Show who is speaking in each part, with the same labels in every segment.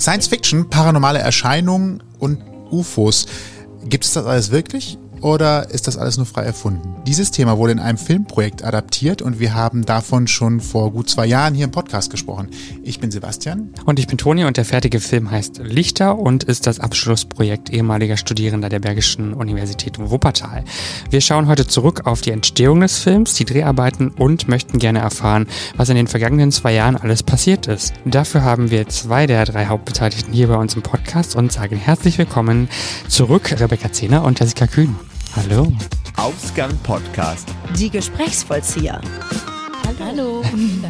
Speaker 1: Science Fiction, paranormale Erscheinungen und UFOs. Gibt es das alles wirklich? Oder ist das alles nur frei erfunden? Dieses Thema wurde in einem Filmprojekt adaptiert und wir haben davon schon vor gut 2 Jahren hier im Podcast gesprochen. Ich bin Sebastian.
Speaker 2: Und ich bin Toni und der fertige Film heißt Lichter und ist das Abschlussprojekt ehemaliger Studierender der Bergischen Universität Wuppertal. Wir schauen heute zurück auf die Entstehung des Films, die Dreharbeiten und möchten gerne erfahren, was in den vergangenen 2 Jahren alles passiert ist. Dafür haben wir 2 der 3 Hauptbeteiligten hier bei uns im Podcast und sagen herzlich willkommen zurück, Rebecca Zehner und Jessica Kühn. Hallo.
Speaker 3: Ausgang Podcast.
Speaker 4: Die Gesprächsvollzieher.
Speaker 5: Hallo.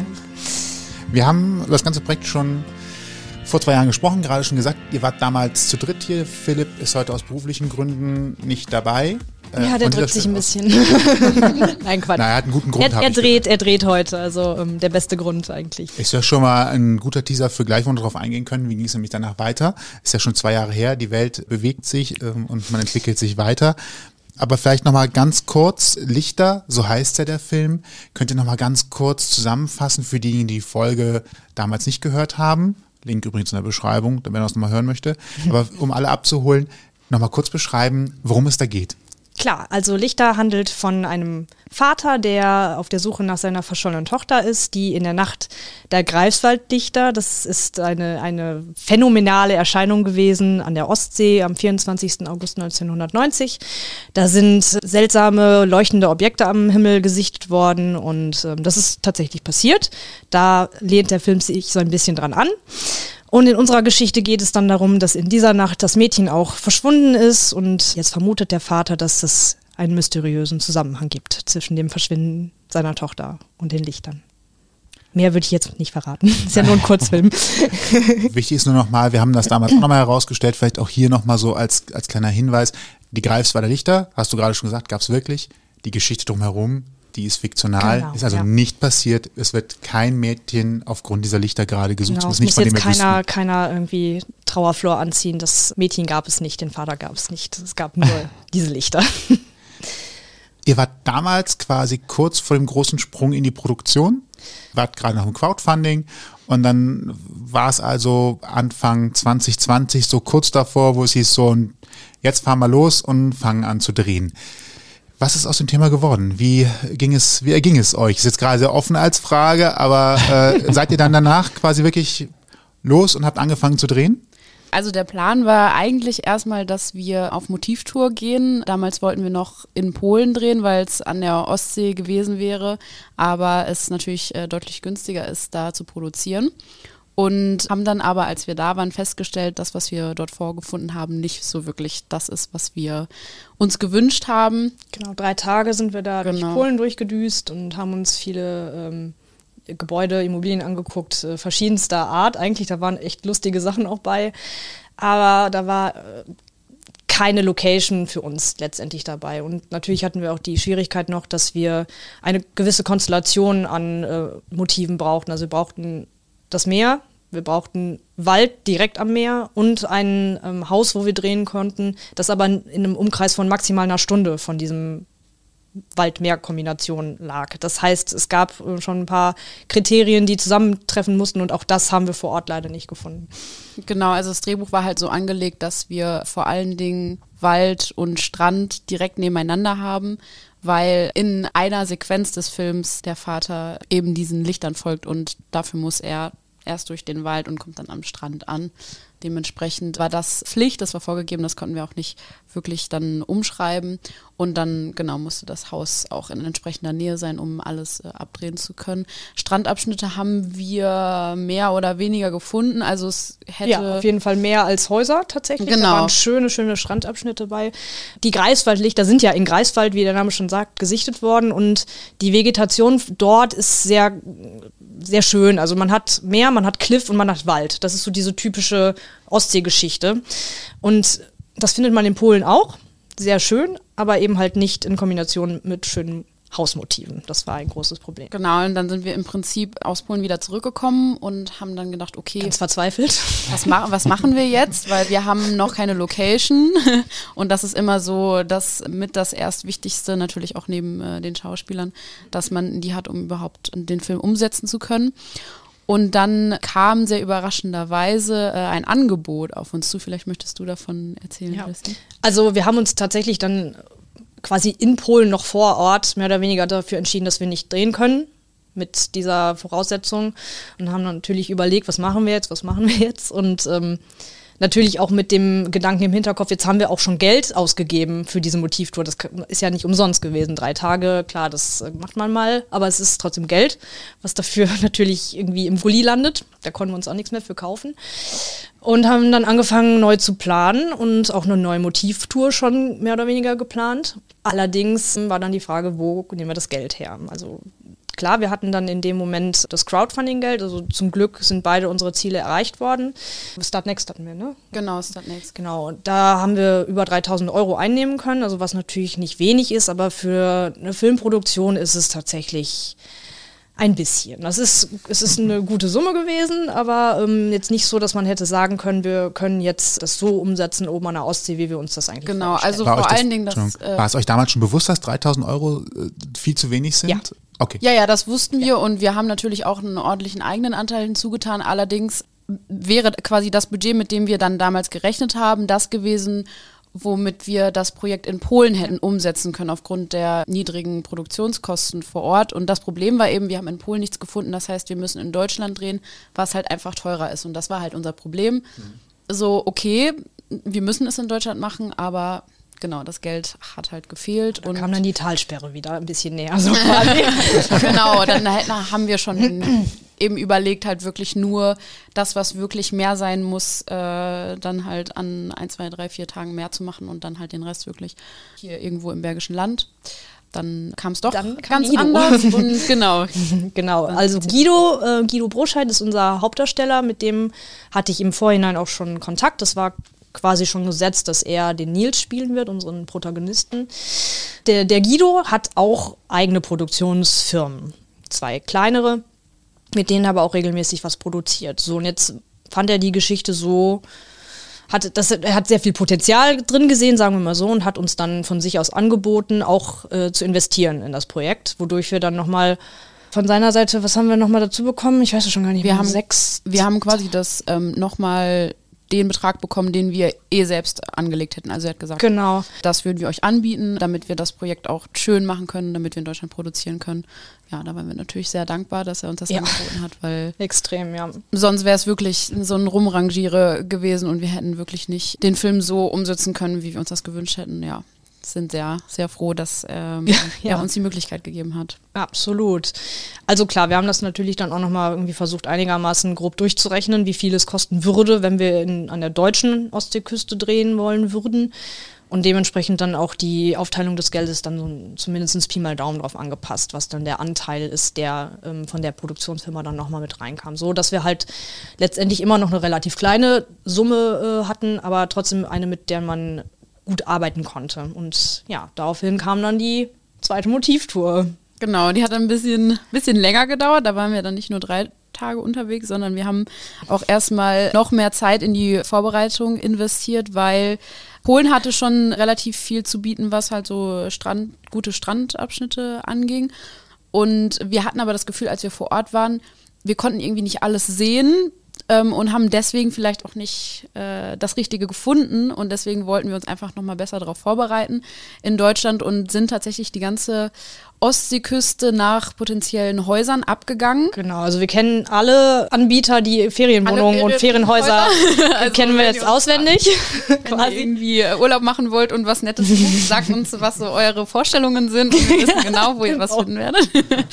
Speaker 1: Wir haben über das ganze Projekt schon vor 2 Jahren gesprochen, gerade schon gesagt, ihr wart damals zu dritt hier. Philipp ist heute aus beruflichen Gründen nicht dabei.
Speaker 5: Ja, der drückt sich ein bisschen. Nein, Quatsch.
Speaker 1: Na, er hat einen guten Grund.
Speaker 5: Er dreht heute, also der beste Grund eigentlich.
Speaker 1: Ist ja schon mal ein guter Teaser für gleich, wo wir darauf eingehen können. Wie ging es nämlich danach weiter? Ist ja schon 2 Jahre her, die Welt bewegt sich und man entwickelt sich weiter. Aber vielleicht nochmal ganz kurz, Lichter, so heißt ja der Film. Könnt ihr nochmal ganz kurz zusammenfassen für diejenigen, die die Folge damals nicht gehört haben? Link übrigens in der Beschreibung, wenn man das nochmal hören möchte. Aber um alle abzuholen, nochmal kurz beschreiben, worum es da geht.
Speaker 5: Klar, also Lichter handelt von einem Vater, der auf der Suche nach seiner verschollenen Tochter ist, die in der Nacht der Greifswald-Lichter, das ist eine phänomenale Erscheinung gewesen an der Ostsee am 24. August 1990. Da sind seltsame leuchtende Objekte am Himmel gesichtet worden und das ist tatsächlich passiert. Da lehnt der Film sich so ein bisschen dran an. Und in unserer Geschichte geht es dann darum, dass in dieser Nacht das Mädchen auch verschwunden ist und jetzt vermutet der Vater, dass es einen mysteriösen Zusammenhang gibt zwischen dem Verschwinden seiner Tochter und den Lichtern. Mehr würde ich jetzt nicht verraten. Ist ja nur ein Kurzfilm.
Speaker 1: Wichtig ist nur nochmal, wir haben das damals auch nochmal herausgestellt, vielleicht auch hier nochmal so als kleiner Hinweis, die Greifswalder Lichter, hast du gerade schon gesagt, gab es wirklich. Die Geschichte drumherum, die ist fiktional, genau, ist also nicht passiert. Es wird kein Mädchen aufgrund dieser Lichter gerade gesucht.
Speaker 5: Genau,
Speaker 1: Das
Speaker 5: es
Speaker 1: nicht,
Speaker 5: muss jetzt keiner irgendwie Trauerflor anziehen. Das Mädchen gab es nicht, den Vater gab es nicht. Es gab nur diese Lichter.
Speaker 1: Ihr wart damals quasi kurz vor dem großen Sprung in die Produktion, wart gerade nach dem Crowdfunding und dann war es also Anfang 2020, so kurz davor, wo es hieß so, jetzt fahren wir los und fangen an zu drehen. Was ist aus dem Thema geworden? Wie erging es euch? Ist jetzt gerade sehr offen als Frage, aber seid ihr dann danach quasi wirklich los und habt angefangen zu drehen?
Speaker 6: Also der Plan war eigentlich erstmal, dass wir auf Motivtour gehen. Damals wollten wir noch in Polen drehen, weil es an der Ostsee gewesen wäre, aber es natürlich deutlich günstiger ist, da zu produzieren. Und haben dann aber, als wir da waren, festgestellt, dass was wir dort vorgefunden haben, nicht so wirklich das ist, was wir uns gewünscht haben.
Speaker 5: Genau, 3 Tage sind wir da durch Polen durchgedüst und haben uns viele Gebäude, Immobilien angeguckt, verschiedenster Art. Eigentlich, da waren echt lustige Sachen auch bei, aber da war keine Location für uns letztendlich dabei. Und natürlich hatten wir auch die Schwierigkeit noch, dass wir eine gewisse Konstellation an Motiven brauchten. Also wir brauchten das Meer, wir brauchten Wald direkt am Meer und ein Haus, wo wir drehen konnten, das aber in einem Umkreis von maximal einer Stunde von diesem Wald-Meer-Kombination lag. Das heißt, es gab schon ein paar Kriterien, die zusammentreffen mussten und auch das haben wir vor Ort leider nicht gefunden.
Speaker 6: Genau, also das Drehbuch war halt so angelegt, dass wir vor allen Dingen Wald und Strand direkt nebeneinander haben, weil in einer Sequenz des Films der Vater eben diesen Lichtern folgt und dafür muss er erst durch den Wald und kommt dann am Strand an. Dementsprechend war das Pflicht, das war vorgegeben, das konnten wir auch nicht wirklich dann umschreiben. Und dann, genau, musste das Haus auch in entsprechender Nähe sein, um alles abdrehen zu können. Strandabschnitte haben wir mehr oder weniger gefunden. Also es hätte...
Speaker 5: Ja, auf jeden Fall mehr als Häuser tatsächlich.
Speaker 6: Genau.
Speaker 5: Da waren schöne Strandabschnitte bei. Die Greifswaldlichter sind ja in Greifswald, wie der Name schon sagt, gesichtet worden. Und die Vegetation dort ist sehr, sehr schön. Also man hat Meer, man hat Kliff und man hat Wald. Das ist so diese typische Ostseegeschichte. Und das findet man in Polen auch. Sehr schön, aber eben halt nicht in Kombination mit schönen Hausmotiven. Das war ein großes Problem.
Speaker 6: Genau, und dann sind wir im Prinzip aus Polen wieder zurückgekommen und haben dann gedacht, okay,
Speaker 5: ganz verzweifelt.
Speaker 6: Was machen wir jetzt? Weil wir haben noch keine Location und das ist immer so das Erstwichtigste, natürlich auch neben den Schauspielern, dass man die hat, um überhaupt den Film umsetzen zu können. Und dann kam sehr überraschenderweise ein Angebot auf uns zu. Vielleicht möchtest du davon erzählen, Christi?
Speaker 5: Also wir haben uns tatsächlich dann quasi in Polen noch vor Ort mehr oder weniger dafür entschieden, dass wir nicht drehen können mit dieser Voraussetzung und haben dann natürlich überlegt, was machen wir jetzt und natürlich auch mit dem Gedanken im Hinterkopf, jetzt haben wir auch schon Geld ausgegeben für diese Motivtour. Das ist ja nicht umsonst gewesen. 3 Tage, klar, das macht man mal, aber es ist trotzdem Geld, was dafür natürlich irgendwie im Gully landet. Da konnten wir uns auch nichts mehr für kaufen. Und haben dann angefangen, neu zu planen und auch eine neue Motivtour schon mehr oder weniger geplant. Allerdings war dann die Frage, wo nehmen wir das Geld her? Also klar, wir hatten dann in dem Moment das Crowdfunding-Geld, also zum Glück sind beide unsere Ziele erreicht worden. Startnext hatten wir, ne?
Speaker 6: Genau, Startnext.
Speaker 5: Genau, und da haben wir über 3.000 € einnehmen können, also was natürlich nicht wenig ist, aber für eine Filmproduktion ist es tatsächlich ein bisschen. Es ist eine gute Summe gewesen, aber jetzt nicht so, dass man hätte sagen können, wir können jetzt das so umsetzen oben an der Ostsee, wie wir uns das eigentlich
Speaker 6: vorstellen. Also
Speaker 1: vor
Speaker 6: allen Dingen das...
Speaker 1: war es euch damals schon bewusst, dass 3.000 € viel zu wenig sind?
Speaker 5: Ja.
Speaker 1: Okay.
Speaker 6: Ja, das wussten wir und wir haben natürlich auch einen ordentlichen eigenen Anteil hinzugetan. Allerdings wäre quasi das Budget, mit dem wir dann damals gerechnet haben, das gewesen, womit wir das Projekt in Polen hätten umsetzen können aufgrund der niedrigen Produktionskosten vor Ort. Und das Problem war eben, wir haben in Polen nichts gefunden. Das heißt, wir müssen in Deutschland drehen, was halt einfach teurer ist. Und das war halt unser Problem. So, okay, wir müssen es in Deutschland machen, aber... Genau, das Geld hat halt gefehlt.
Speaker 5: Da kam dann die Talsperre wieder ein bisschen näher, so quasi.
Speaker 6: Genau, dann haben wir schon eben überlegt, halt wirklich nur das, was wirklich mehr sein muss, dann halt an 1, 2, 3, 4 Tagen mehr zu machen und dann halt den Rest wirklich hier irgendwo im Bergischen Land. Dann kam es doch ganz anders. Und genau.
Speaker 5: Genau, also Guido Broscheid ist unser Hauptdarsteller, mit dem hatte ich im Vorhinein auch schon Kontakt. Das war quasi schon gesetzt, dass er den Nils spielen wird, unseren Protagonisten. Der Guido hat auch eigene Produktionsfirmen, 2 kleinere, mit denen aber auch regelmäßig was produziert. So, und jetzt fand er die Geschichte so, er hat sehr viel Potenzial drin gesehen, sagen wir mal so, und hat uns dann von sich aus angeboten, auch zu investieren in das Projekt, wodurch wir dann nochmal von seiner Seite, was haben wir nochmal dazu bekommen? Ich weiß es schon gar nicht mehr.
Speaker 6: Wir haben quasi das nochmal den Betrag bekommen, den wir selbst angelegt hätten. Also er hat gesagt,
Speaker 5: genau,
Speaker 6: das würden wir euch anbieten, damit wir das Projekt auch schön machen können, damit wir in Deutschland produzieren können. Ja, da waren wir natürlich sehr dankbar, dass er uns das angeboten hat, weil
Speaker 5: extrem, ja.
Speaker 6: Sonst wäre es wirklich so ein Rumrangiere gewesen und wir hätten wirklich nicht den Film so umsetzen können, wie wir uns das gewünscht hätten. Ja, sind sehr, sehr froh, dass er uns die Möglichkeit gegeben hat.
Speaker 5: Absolut. Also klar, wir haben das natürlich dann auch nochmal irgendwie versucht, einigermaßen grob durchzurechnen, wie viel es kosten würde, wenn wir an der deutschen Ostseeküste drehen wollen würden. Und dementsprechend dann auch die Aufteilung des Geldes dann so zumindest Pi mal Daumen drauf angepasst, was dann der Anteil ist, der von der Produktionsfirma dann nochmal mit reinkam. So, dass wir halt letztendlich immer noch eine relativ kleine Summe hatten, aber trotzdem eine, mit der man gut arbeiten konnte. Und ja, daraufhin kam dann die zweite Motivtour.
Speaker 6: Genau, die hat ein bisschen länger gedauert. Da waren wir dann nicht nur 3 Tage unterwegs, sondern wir haben auch erstmal noch mehr Zeit in die Vorbereitung investiert, weil Polen hatte schon relativ viel zu bieten, was halt so gute Strandabschnitte anging. Und wir hatten aber das Gefühl, als wir vor Ort waren, wir konnten irgendwie nicht alles sehen. Und haben deswegen vielleicht auch nicht das Richtige gefunden und deswegen wollten wir uns einfach nochmal besser darauf vorbereiten in Deutschland und sind tatsächlich die ganze Ostseeküste nach potenziellen Häusern abgegangen.
Speaker 5: Genau, also wir kennen alle Anbieter, die Ferienwohnungen und Ferienhäuser also kennen wir jetzt auswendig.
Speaker 6: Wenn ihr irgendwie Urlaub machen wollt und was Nettes sucht, sagt uns, was so eure Vorstellungen sind und wir wissen genau, wo ihr was finden werdet.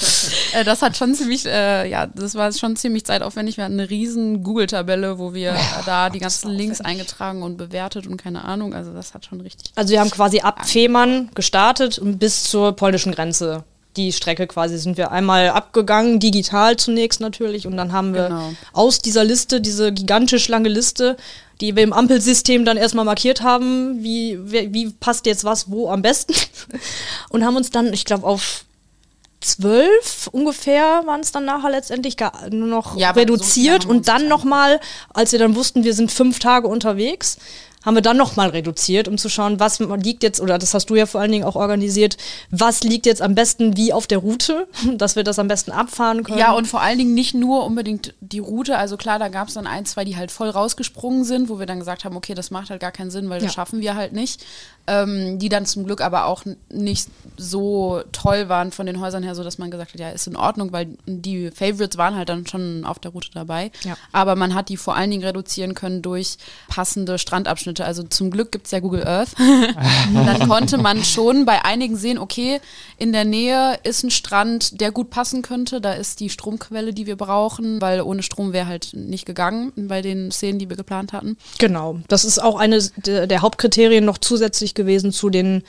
Speaker 6: Das hat schon ziemlich, das war schon ziemlich zeitaufwendig. Wir hatten eine riesen Google-Tabelle, wo wir da die ganzen Links eingetragen und bewertet und keine Ahnung, also das hat schon richtig...
Speaker 5: Also wir haben quasi ab Fehmarn gestartet und bis zur polnischen Grenze. Die Strecke quasi sind wir einmal abgegangen, digital zunächst natürlich, und dann haben wir aus dieser Liste, diese gigantisch lange Liste, die wir im Ampelsystem dann erstmal markiert haben, wie passt jetzt was wo am besten, und haben uns dann, ich glaube, auf 12 ungefähr waren es dann nachher letztendlich nur noch reduziert, so und dann nochmal, als wir dann wussten, wir sind 5 Tage unterwegs, haben wir dann nochmal reduziert, um zu schauen, was liegt jetzt, oder das hast du ja vor allen Dingen auch organisiert, was liegt jetzt am besten wie auf der Route, dass wir das am besten abfahren können.
Speaker 6: Ja, und vor allen Dingen nicht nur unbedingt die Route, also klar, da gab es dann 1, 2, die halt voll rausgesprungen sind, wo wir dann gesagt haben, okay, das macht halt gar keinen Sinn, weil das schaffen wir halt nicht. Die dann zum Glück aber auch nicht so toll waren von den Häusern her, so dass man gesagt hat, ja, ist in Ordnung, weil die Favorites waren halt dann schon auf der Route dabei. Ja. Aber man hat die vor allen Dingen reduzieren können durch passende Strandabschnitte. Also zum Glück gibt es ja Google Earth. Dann konnte man schon bei einigen sehen, okay, in der Nähe ist ein Strand, der gut passen könnte. Da ist die Stromquelle, die wir brauchen, weil ohne Strom wäre halt nicht gegangen bei den Szenen, die wir geplant hatten.
Speaker 5: Genau, das ist auch eine der Hauptkriterien noch zusätzlich gewesen zu den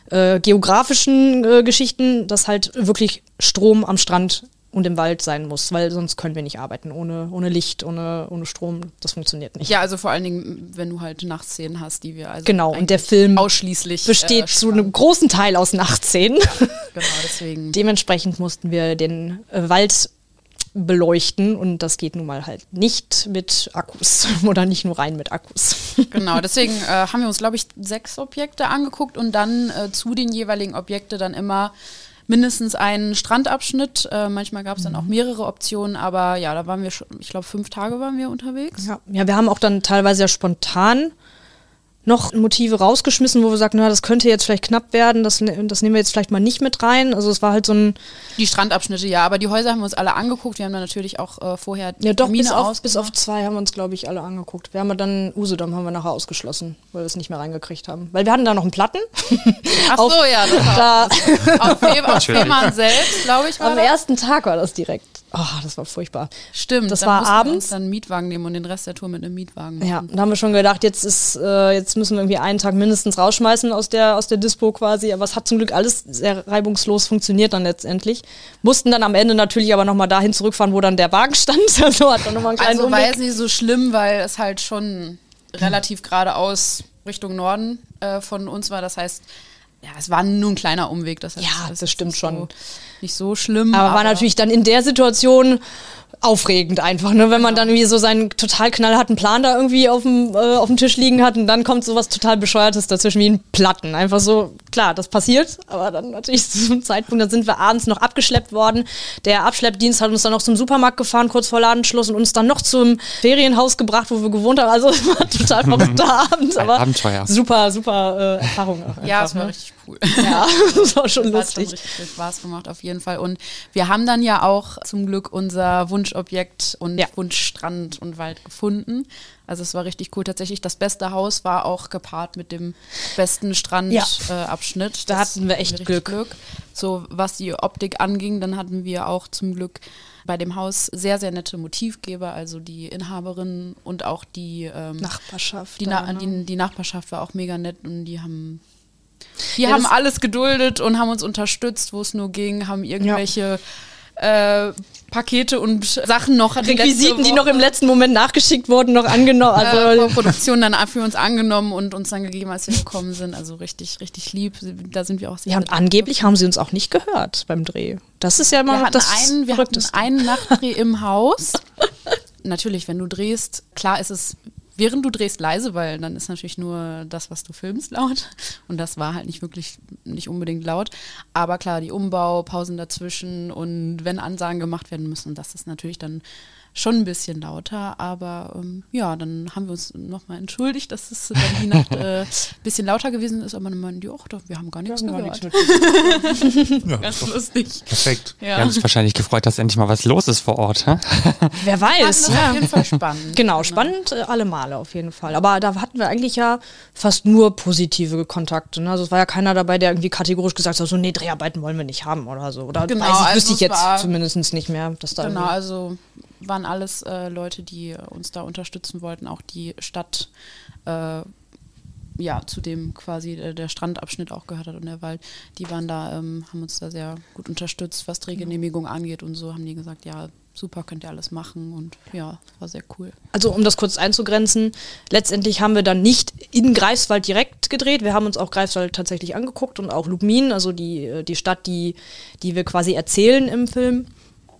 Speaker 5: geografischen Geschichten, dass halt wirklich Strom am Strand und im Wald sein muss, weil sonst können wir nicht arbeiten ohne Licht, ohne Strom, das funktioniert nicht.
Speaker 6: Ja, also vor allen Dingen, wenn du halt Nachtszenen hast, die wir also
Speaker 5: genau, und der Film
Speaker 6: ausschließlich
Speaker 5: besteht zu einem großen Teil aus Nachtszenen.
Speaker 6: Ja, genau, deswegen.
Speaker 5: Dementsprechend mussten wir den Wald beleuchten und das geht nun mal halt nicht mit Akkus oder nicht nur rein mit Akkus.
Speaker 6: Genau, deswegen haben wir uns, glaube ich, 6 Objekte angeguckt und dann zu den jeweiligen Objekten dann immer mindestens einen Strandabschnitt. Manchmal gab es dann auch mehrere Optionen, aber ja, da waren wir schon, ich glaube 5 Tage waren wir unterwegs.
Speaker 5: Ja, wir haben auch dann teilweise ja spontan noch Motive rausgeschmissen, wo wir sagten, na, das könnte jetzt vielleicht knapp werden, das nehmen wir jetzt vielleicht mal nicht mit rein. Also es war halt so ein...
Speaker 6: Die Strandabschnitte, ja, aber die Häuser haben wir uns alle angeguckt. Wir haben dann natürlich auch vorher
Speaker 5: ja, doch, bis auf 2 haben wir uns, glaube ich, alle angegucct. Wir haben dann Usedom haben wir nachher ausgeschlossen, weil wir es nicht mehr reingekriegt haben. Weil wir hatten da noch einen Platten.
Speaker 6: Ach so, ja, das war auf Fehmarn selbst, glaube ich, war
Speaker 5: am ersten Tag war das direkt. Oh, das war furchtbar.
Speaker 6: Stimmt,
Speaker 5: das war abends.
Speaker 6: Wir uns dann einen Mietwagen nehmen und den Rest der Tour mit einem Mietwagen machen.
Speaker 5: Ja, da haben wir schon gedacht, jetzt müssen wir irgendwie einen Tag mindestens rausschmeißen aus der Dispo quasi. Aber es hat zum Glück alles sehr reibungslos funktioniert dann letztendlich. Mussten dann am Ende natürlich aber nochmal dahin zurückfahren, wo dann der Wagen stand. Also hat dann nochmal einen kleinen Umweg.
Speaker 6: War jetzt nicht so schlimm, weil es halt schon relativ geradeaus Richtung Norden von uns war. Das heißt, ja, es war nur ein kleiner Umweg. Das heißt,
Speaker 5: ja, das stimmt schon.
Speaker 6: Nicht so schlimm.
Speaker 5: Aber war natürlich dann in der Situation aufregend einfach, ne? Wenn man dann irgendwie so seinen total knallharten Plan da irgendwie auf dem Tisch liegen hat und dann kommt sowas total Bescheuertes dazwischen wie ein Platten. Einfach so, klar, das passiert, aber dann natürlich zu einem Zeitpunkt, dann sind wir abends noch abgeschleppt worden. Der Abschleppdienst hat uns dann noch zum Supermarkt gefahren, kurz vor Ladenschluss und uns dann noch zum Ferienhaus gebracht, wo wir gewohnt haben. Also es war ein total verrückter Abend, aber
Speaker 2: Abenteuer.
Speaker 5: Super Erfahrung. Auch
Speaker 6: ja,
Speaker 5: einfach,
Speaker 6: es war richtig cool.
Speaker 5: Ja, das war schon lustig.
Speaker 6: Hat schon richtig viel Spaß gemacht, auf jeden Fall. Und wir haben dann ja auch zum Glück unser Wunschobjekt und Wunschstrand und Wald gefunden. Also es war richtig cool. Tatsächlich das beste Haus war auch gepaart mit dem besten Strandabschnitt.
Speaker 5: Da hatten wir echt Glück.
Speaker 6: So was die Optik anging, dann hatten wir auch zum Glück bei dem Haus sehr, sehr nette Motivgeber, also die Inhaberin und auch die
Speaker 5: Nachbarschaft.
Speaker 6: Die Nachbarschaft war auch mega nett und die haben alles geduldet und haben uns unterstützt, wo es nur ging, haben irgendwelche Pakete und Sachen noch.
Speaker 5: Requisiten, die noch im letzten Moment nachgeschickt wurden, noch angenommen. Also
Speaker 6: Produktion dann für uns angenommen und uns dann gegeben, als wir gekommen sind. Also richtig, richtig lieb. Da sind wir auch sehr.
Speaker 5: Ja, und angeblich haben sie uns auch nicht gehört beim Dreh. Das ist ja immer
Speaker 6: wir hatten einen Nachtdreh im Haus. Natürlich, wenn du drehst, klar ist es während du drehst leise, weil dann ist natürlich nur das, was du filmst, laut. Und das war halt nicht unbedingt laut. Aber klar, die Umbaupausen dazwischen und wenn Ansagen gemacht werden müssen, das ist natürlich dann schon ein bisschen lauter. Aber dann haben wir uns nochmal entschuldigt, dass es dann die Nacht ein bisschen lauter gewesen ist. Aber dann meinten die, wir haben gar nichts gehört. Ganz lustig.
Speaker 1: Perfekt.
Speaker 2: Ja. Wir haben uns wahrscheinlich gefreut, dass endlich mal was los ist vor Ort. Hä?
Speaker 5: Wer weiß.
Speaker 6: Das war auf jeden Fall spannend.
Speaker 5: Genau, spannend alle Male auf jeden Fall. Aber da hatten wir eigentlich ja fast nur positive Kontakte. Ne? Also es war ja keiner dabei, der irgendwie kategorisch gesagt hat, so nee, Dreharbeiten wollen wir nicht haben oder so. Oder wüsste ich jetzt zumindest nicht mehr. Dass da
Speaker 6: also waren alles Leute, die uns da unterstützen wollten, auch die Stadt, zu dem quasi der Strandabschnitt auch gehört hat und der Wald, die waren da, haben uns da sehr gut unterstützt, was Drehgenehmigung angeht und so, haben die gesagt, ja, super, könnt ihr alles machen und ja, war sehr cool.
Speaker 5: Also um das kurz einzugrenzen, letztendlich haben wir dann nicht in Greifswald direkt gedreht, wir haben uns auch Greifswald tatsächlich angeguckt und auch Lubmin, also die Stadt, die wir quasi erzählen im Film.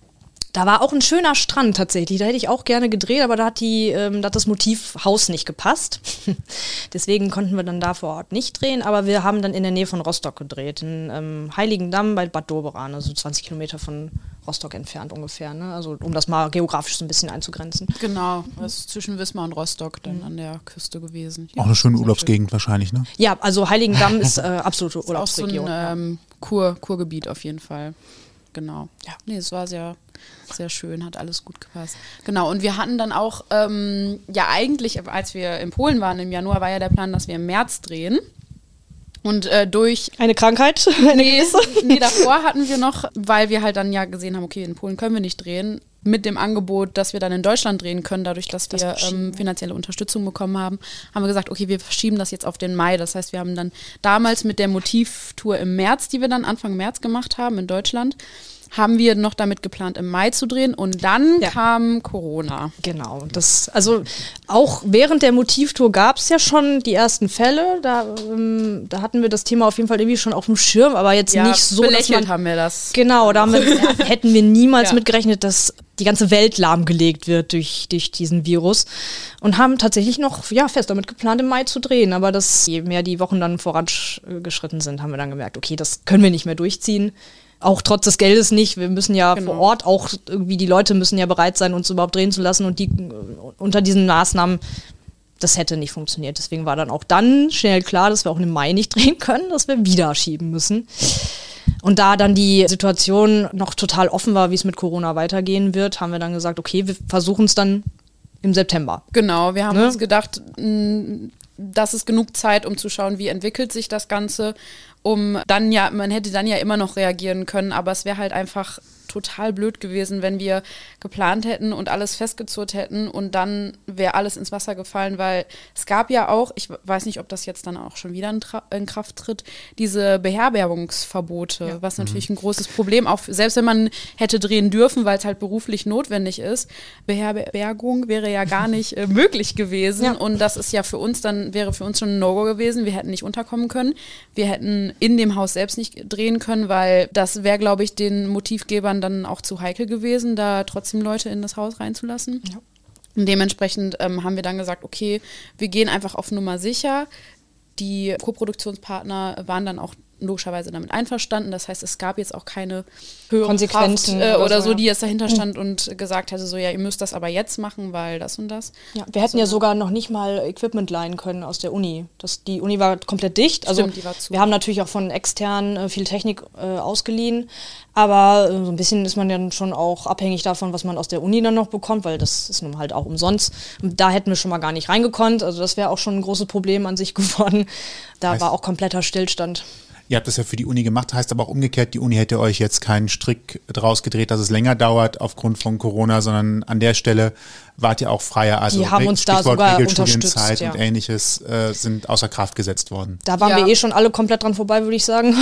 Speaker 5: Da war auch ein schöner Strand tatsächlich. Da hätte ich auch gerne gedreht, aber da hat das Motiv Haus nicht gepasst. Deswegen konnten wir dann da vor Ort nicht drehen. Aber wir haben dann in der Nähe von Rostock gedreht. In Heiligendamm bei Bad Doberan, also 20 Kilometer von Rostock entfernt ungefähr. Ne? Also um das mal geografisch so ein bisschen einzugrenzen.
Speaker 6: Genau, das ist zwischen Wismar und Rostock dann an der Küste gewesen.
Speaker 1: Auch eine schöne Urlaubsgegend wahrscheinlich, ne?
Speaker 5: Ja, also Heiligendamm ist absolute
Speaker 6: Urlaubsregion.
Speaker 5: Urlaubsregion.
Speaker 6: Auch so ein Kurgebiet auf jeden Fall. Genau. Ja. Nee, es war sehr, sehr schön, hat alles gut gepasst. Genau, und wir hatten dann auch, eigentlich, als wir in Polen waren im Januar, war ja der Plan, dass wir im März drehen. Und durch...
Speaker 5: Eine Krankheit?
Speaker 6: Nee, davor hatten wir noch, weil wir halt dann ja gesehen haben, okay, in Polen können wir nicht drehen, mit dem Angebot, dass wir dann in Deutschland drehen können, dadurch, dass wir finanzielle Unterstützung bekommen haben, haben wir gesagt, okay, wir verschieben das jetzt auf den Mai. Das heißt, wir haben dann damals mit der Motivtour im März, die wir dann Anfang März gemacht haben in Deutschland, haben wir noch damit geplant, im Mai zu drehen und dann kam Corona.
Speaker 5: Genau, also auch während der Motivtour gab es ja schon die ersten Fälle, da hatten wir das Thema auf jeden Fall irgendwie schon auf dem Schirm, aber jetzt nicht so,
Speaker 6: belächelt haben wir das.
Speaker 5: Genau, hätten wir niemals mitgerechnet, dass die ganze Welt lahmgelegt wird durch diesen Virus und haben tatsächlich noch fest damit geplant, im Mai zu drehen, aber je mehr die Wochen dann vorangeschritten sind, haben wir dann gemerkt, okay, das können wir nicht mehr durchziehen. Auch trotz des Geldes nicht. Wir müssen ja vor Ort auch irgendwie, die Leute müssen ja bereit sein, uns überhaupt drehen zu lassen. Und die unter diesen Maßnahmen, das hätte nicht funktioniert. Deswegen war dann auch dann schnell klar, dass wir auch im Mai nicht drehen können, dass wir wieder schieben müssen. Und da dann die Situation noch total offen war, wie es mit Corona weitergehen wird, haben wir dann gesagt, okay, wir versuchen es dann im September.
Speaker 6: Genau, wir haben uns gedacht, das ist genug Zeit, um zu schauen, wie entwickelt sich das Ganze. Man hätte dann ja immer noch reagieren können, aber es wäre halt einfach total blöd gewesen, wenn wir geplant hätten und alles festgezurrt hätten und dann wäre alles ins Wasser gefallen, weil es gab ja auch, ich weiß nicht, ob das jetzt dann auch schon wieder in Kraft tritt, diese Beherbergungsverbote, was natürlich ein großes Problem, auch selbst wenn man hätte drehen dürfen, weil es halt beruflich notwendig ist, Beherbergung wäre ja gar nicht möglich gewesen und das ist ja wäre für uns schon ein No-Go gewesen, wir hätten nicht unterkommen können, wir hätten in dem Haus selbst nicht drehen können, weil das wäre, glaube ich, den Motivgebern dann auch zu heikel gewesen, da trotzdem Leute in das Haus reinzulassen. Ja. Und dementsprechend haben wir dann gesagt, okay, wir gehen einfach auf Nummer sicher. Die Koproduktionspartner waren dann auch logischerweise damit einverstanden. Das heißt, es gab jetzt auch keine höhere
Speaker 5: Konsequenzen
Speaker 6: Kraft oder so, die jetzt dahinter stand und gesagt hätte, so ja, ihr müsst das aber jetzt machen, weil das und das.
Speaker 5: Ja, wir hätten ja sogar noch nicht mal Equipment leihen können aus der Uni. Die Uni war komplett dicht. Also
Speaker 6: Stimmt, die war zu.
Speaker 5: Wir haben natürlich auch von extern viel Technik ausgeliehen, aber so ein bisschen ist man dann schon auch abhängig davon, was man aus der Uni dann noch bekommt, weil das ist nun halt auch umsonst. Und da hätten wir schon mal gar nicht reingekonnt. Also das wäre auch schon ein großes Problem an sich geworden. Da war auch kompletter Stillstand.
Speaker 1: Ihr habt das ja für die Uni gemacht, heißt aber auch umgekehrt, die Uni hätte euch jetzt keinen Strick draus gedreht, dass es länger dauert aufgrund von Corona, sondern an der Stelle wart ihr auch freier. Also
Speaker 5: die haben uns da sogar
Speaker 1: Regelstudienzeit und Ähnliches sind außer Kraft gesetzt worden.
Speaker 5: Da waren wir schon alle komplett dran vorbei, würde ich sagen.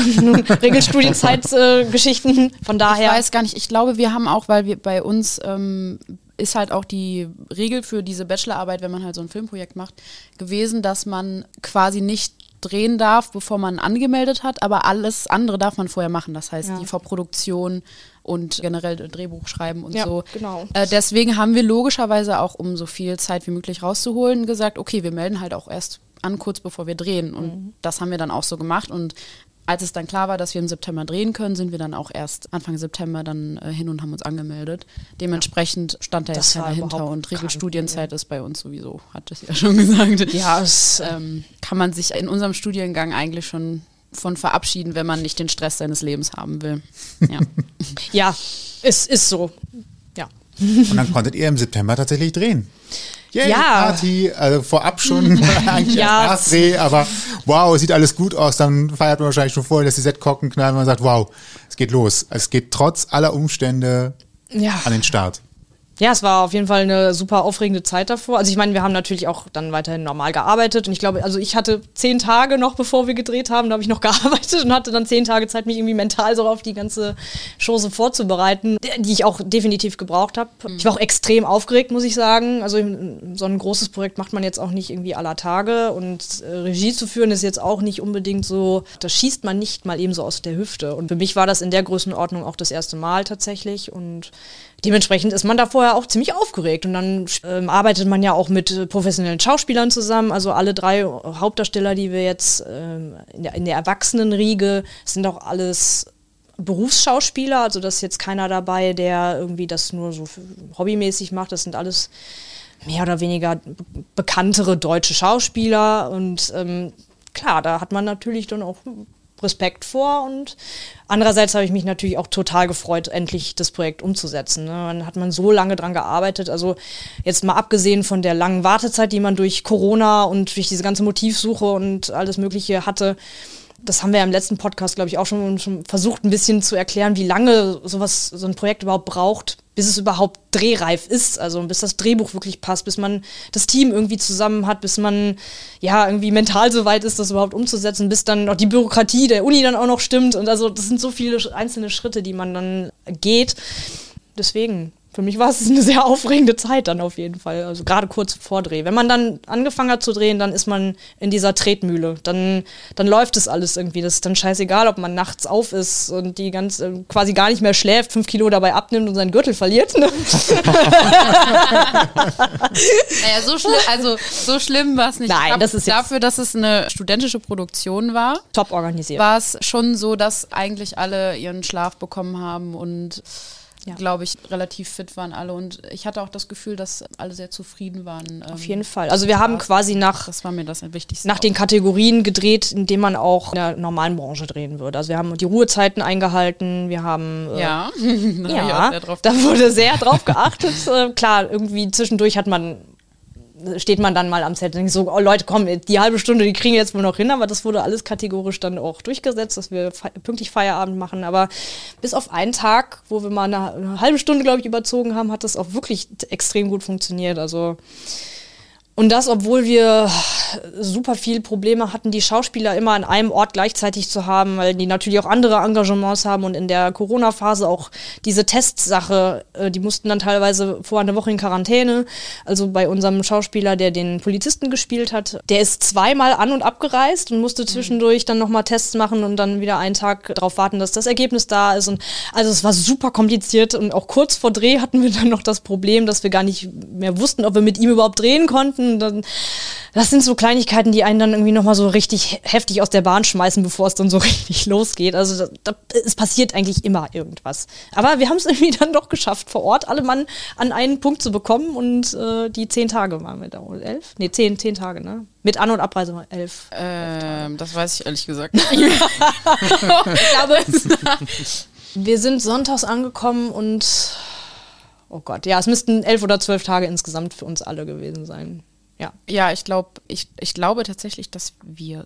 Speaker 5: Regelstudienzeit-Geschichten, von daher.
Speaker 6: Ich weiß gar nicht, ich glaube, wir haben auch, weil wir bei uns ist halt auch die Regel für diese Bachelorarbeit, wenn man halt so ein Filmprojekt macht, gewesen, dass man quasi nicht drehen darf, bevor man angemeldet hat, aber alles andere darf man vorher machen. Das heißt, die Vorproduktion und generell Drehbuch schreiben und so.
Speaker 5: Genau.
Speaker 6: Deswegen haben wir logischerweise auch, um so viel Zeit wie möglich rauszuholen, gesagt, okay, wir melden halt auch erst an, kurz bevor wir drehen. Und das haben wir dann auch so gemacht. Und als es dann klar war, dass wir im September drehen können, sind wir dann auch erst Anfang September dann hin und haben uns angemeldet. Dementsprechend stand da jetzt keiner dahinter und Regelstudienzeit ist bei uns sowieso, hat es ja schon gesagt.
Speaker 5: Ja,
Speaker 6: kann man sich in unserem Studiengang eigentlich schon von verabschieden, wenn man nicht den Stress seines Lebens haben will. Ja,
Speaker 5: ja, es ist so. Ja.
Speaker 1: Und dann konntet ihr im September tatsächlich drehen. Yay, Party, also vorab schon eigentlich erst Nachdreh, aber wow, es sieht alles gut aus, dann feiert man wahrscheinlich schon vorher, dass die Setkorken knallen und man sagt, wow, es geht los. Es geht trotz aller Umstände an den Start.
Speaker 5: Ja, es war auf jeden Fall eine super aufregende Zeit davor. Also ich meine, wir haben natürlich auch dann weiterhin normal gearbeitet und ich glaube, also ich hatte 10 Tage noch, bevor wir gedreht haben, da habe ich noch gearbeitet und hatte dann 10 Tage Zeit, mich irgendwie mental so auf die ganze Chose vorzubereiten, die ich auch definitiv gebraucht habe. Ich war auch extrem aufgeregt, muss ich sagen. Also so ein großes Projekt macht man jetzt auch nicht irgendwie aller Tage und Regie zu führen ist jetzt auch nicht unbedingt so, das schießt man nicht mal eben so aus der Hüfte. Und für mich war das in der Größenordnung auch das erste Mal tatsächlich und dementsprechend ist man da vorher auch ziemlich aufgeregt und dann arbeitet man ja auch mit professionellen Schauspielern zusammen, also alle 3 Hauptdarsteller, die wir jetzt in der Erwachsenenriege, sind auch alles Berufsschauspieler, also da ist jetzt keiner dabei, der irgendwie das nur so hobbymäßig macht, das sind alles mehr oder weniger bekanntere deutsche Schauspieler und klar, da hat man natürlich dann auch Respekt vor und andererseits habe ich mich natürlich auch total gefreut, endlich das Projekt umzusetzen. Ne? Dann hat man so lange dran gearbeitet, also jetzt mal abgesehen von der langen Wartezeit, die man durch Corona und durch diese ganze Motivsuche und alles Mögliche hatte. Das haben wir ja im letzten Podcast, glaube ich, auch schon versucht, ein bisschen zu erklären, wie lange so ein Projekt überhaupt braucht, bis es überhaupt drehreif ist, also bis das Drehbuch wirklich passt, bis man das Team irgendwie zusammen hat, bis man ja irgendwie mental so weit ist, das überhaupt umzusetzen, bis dann auch die Bürokratie der Uni dann auch noch stimmt und also das sind so viele einzelne Schritte, die man dann geht. Deswegen, für mich war es eine sehr aufregende Zeit dann auf jeden Fall, also gerade kurz vor Dreh. Wenn man dann angefangen hat zu drehen, dann ist man in dieser Tretmühle, dann läuft es alles irgendwie, das ist dann scheißegal, ob man nachts auf ist und die quasi gar nicht mehr schläft, 5 Kilo dabei abnimmt und seinen Gürtel verliert. Ne?
Speaker 6: Naja, so schlimm war es nicht.
Speaker 5: Nein, das ist
Speaker 6: dafür, dass es eine studentische Produktion war,
Speaker 5: top organisiert.
Speaker 6: War es schon so, dass eigentlich alle ihren Schlaf bekommen haben und glaube ich, relativ fit waren alle und ich hatte auch das Gefühl, dass alle sehr zufrieden waren.
Speaker 5: Auf jeden Fall. Also wir haben quasi
Speaker 6: das war mir das Wichtigste
Speaker 5: nach den Kategorien gedreht, in denen man auch in der normalen Branche drehen würde. Also wir haben die Ruhezeiten eingehalten, wir haben
Speaker 6: da
Speaker 5: wurde sehr drauf geachtet. Klar, irgendwie zwischendurch steht man dann mal am Set und denkt so, oh Leute, komm, die halbe Stunde, die kriegen wir jetzt wohl noch hin, aber das wurde alles kategorisch dann auch durchgesetzt, dass wir pünktlich Feierabend machen, aber bis auf einen Tag, wo wir mal eine halbe Stunde, glaube ich, überzogen haben, hat das auch wirklich extrem gut funktioniert, also und das, obwohl wir super viele Probleme hatten, die Schauspieler immer an einem Ort gleichzeitig zu haben, weil die natürlich auch andere Engagements haben und in der Corona-Phase auch diese Testsache, die mussten dann teilweise vor einer Woche in Quarantäne. Also bei unserem Schauspieler, der den Polizisten gespielt hat, der ist 2-mal an- und abgereist und musste zwischendurch dann nochmal Tests machen und dann wieder einen Tag darauf warten, dass das Ergebnis da ist. Und also es war super kompliziert und auch kurz vor Dreh hatten wir dann noch das Problem, dass wir gar nicht mehr wussten, ob wir mit ihm überhaupt drehen konnten. Das sind so Kleinigkeiten, die einen dann irgendwie nochmal so richtig heftig aus der Bahn schmeißen, bevor es dann so richtig losgeht. Also es passiert eigentlich immer irgendwas. Aber wir haben es irgendwie dann doch geschafft, vor Ort alle Mann an einen Punkt zu bekommen und die 10 Tage waren wir da. 11? Nee, 10 Tage, ne? Mit An- und Abreise mal 11.
Speaker 6: Das weiß ich ehrlich gesagt nicht.
Speaker 5: Ich glaube, wir sind sonntags angekommen und oh Gott, ja, es müssten 11 oder 12 Tage insgesamt für uns alle gewesen sein.
Speaker 6: Ja, ich glaube tatsächlich, dass wir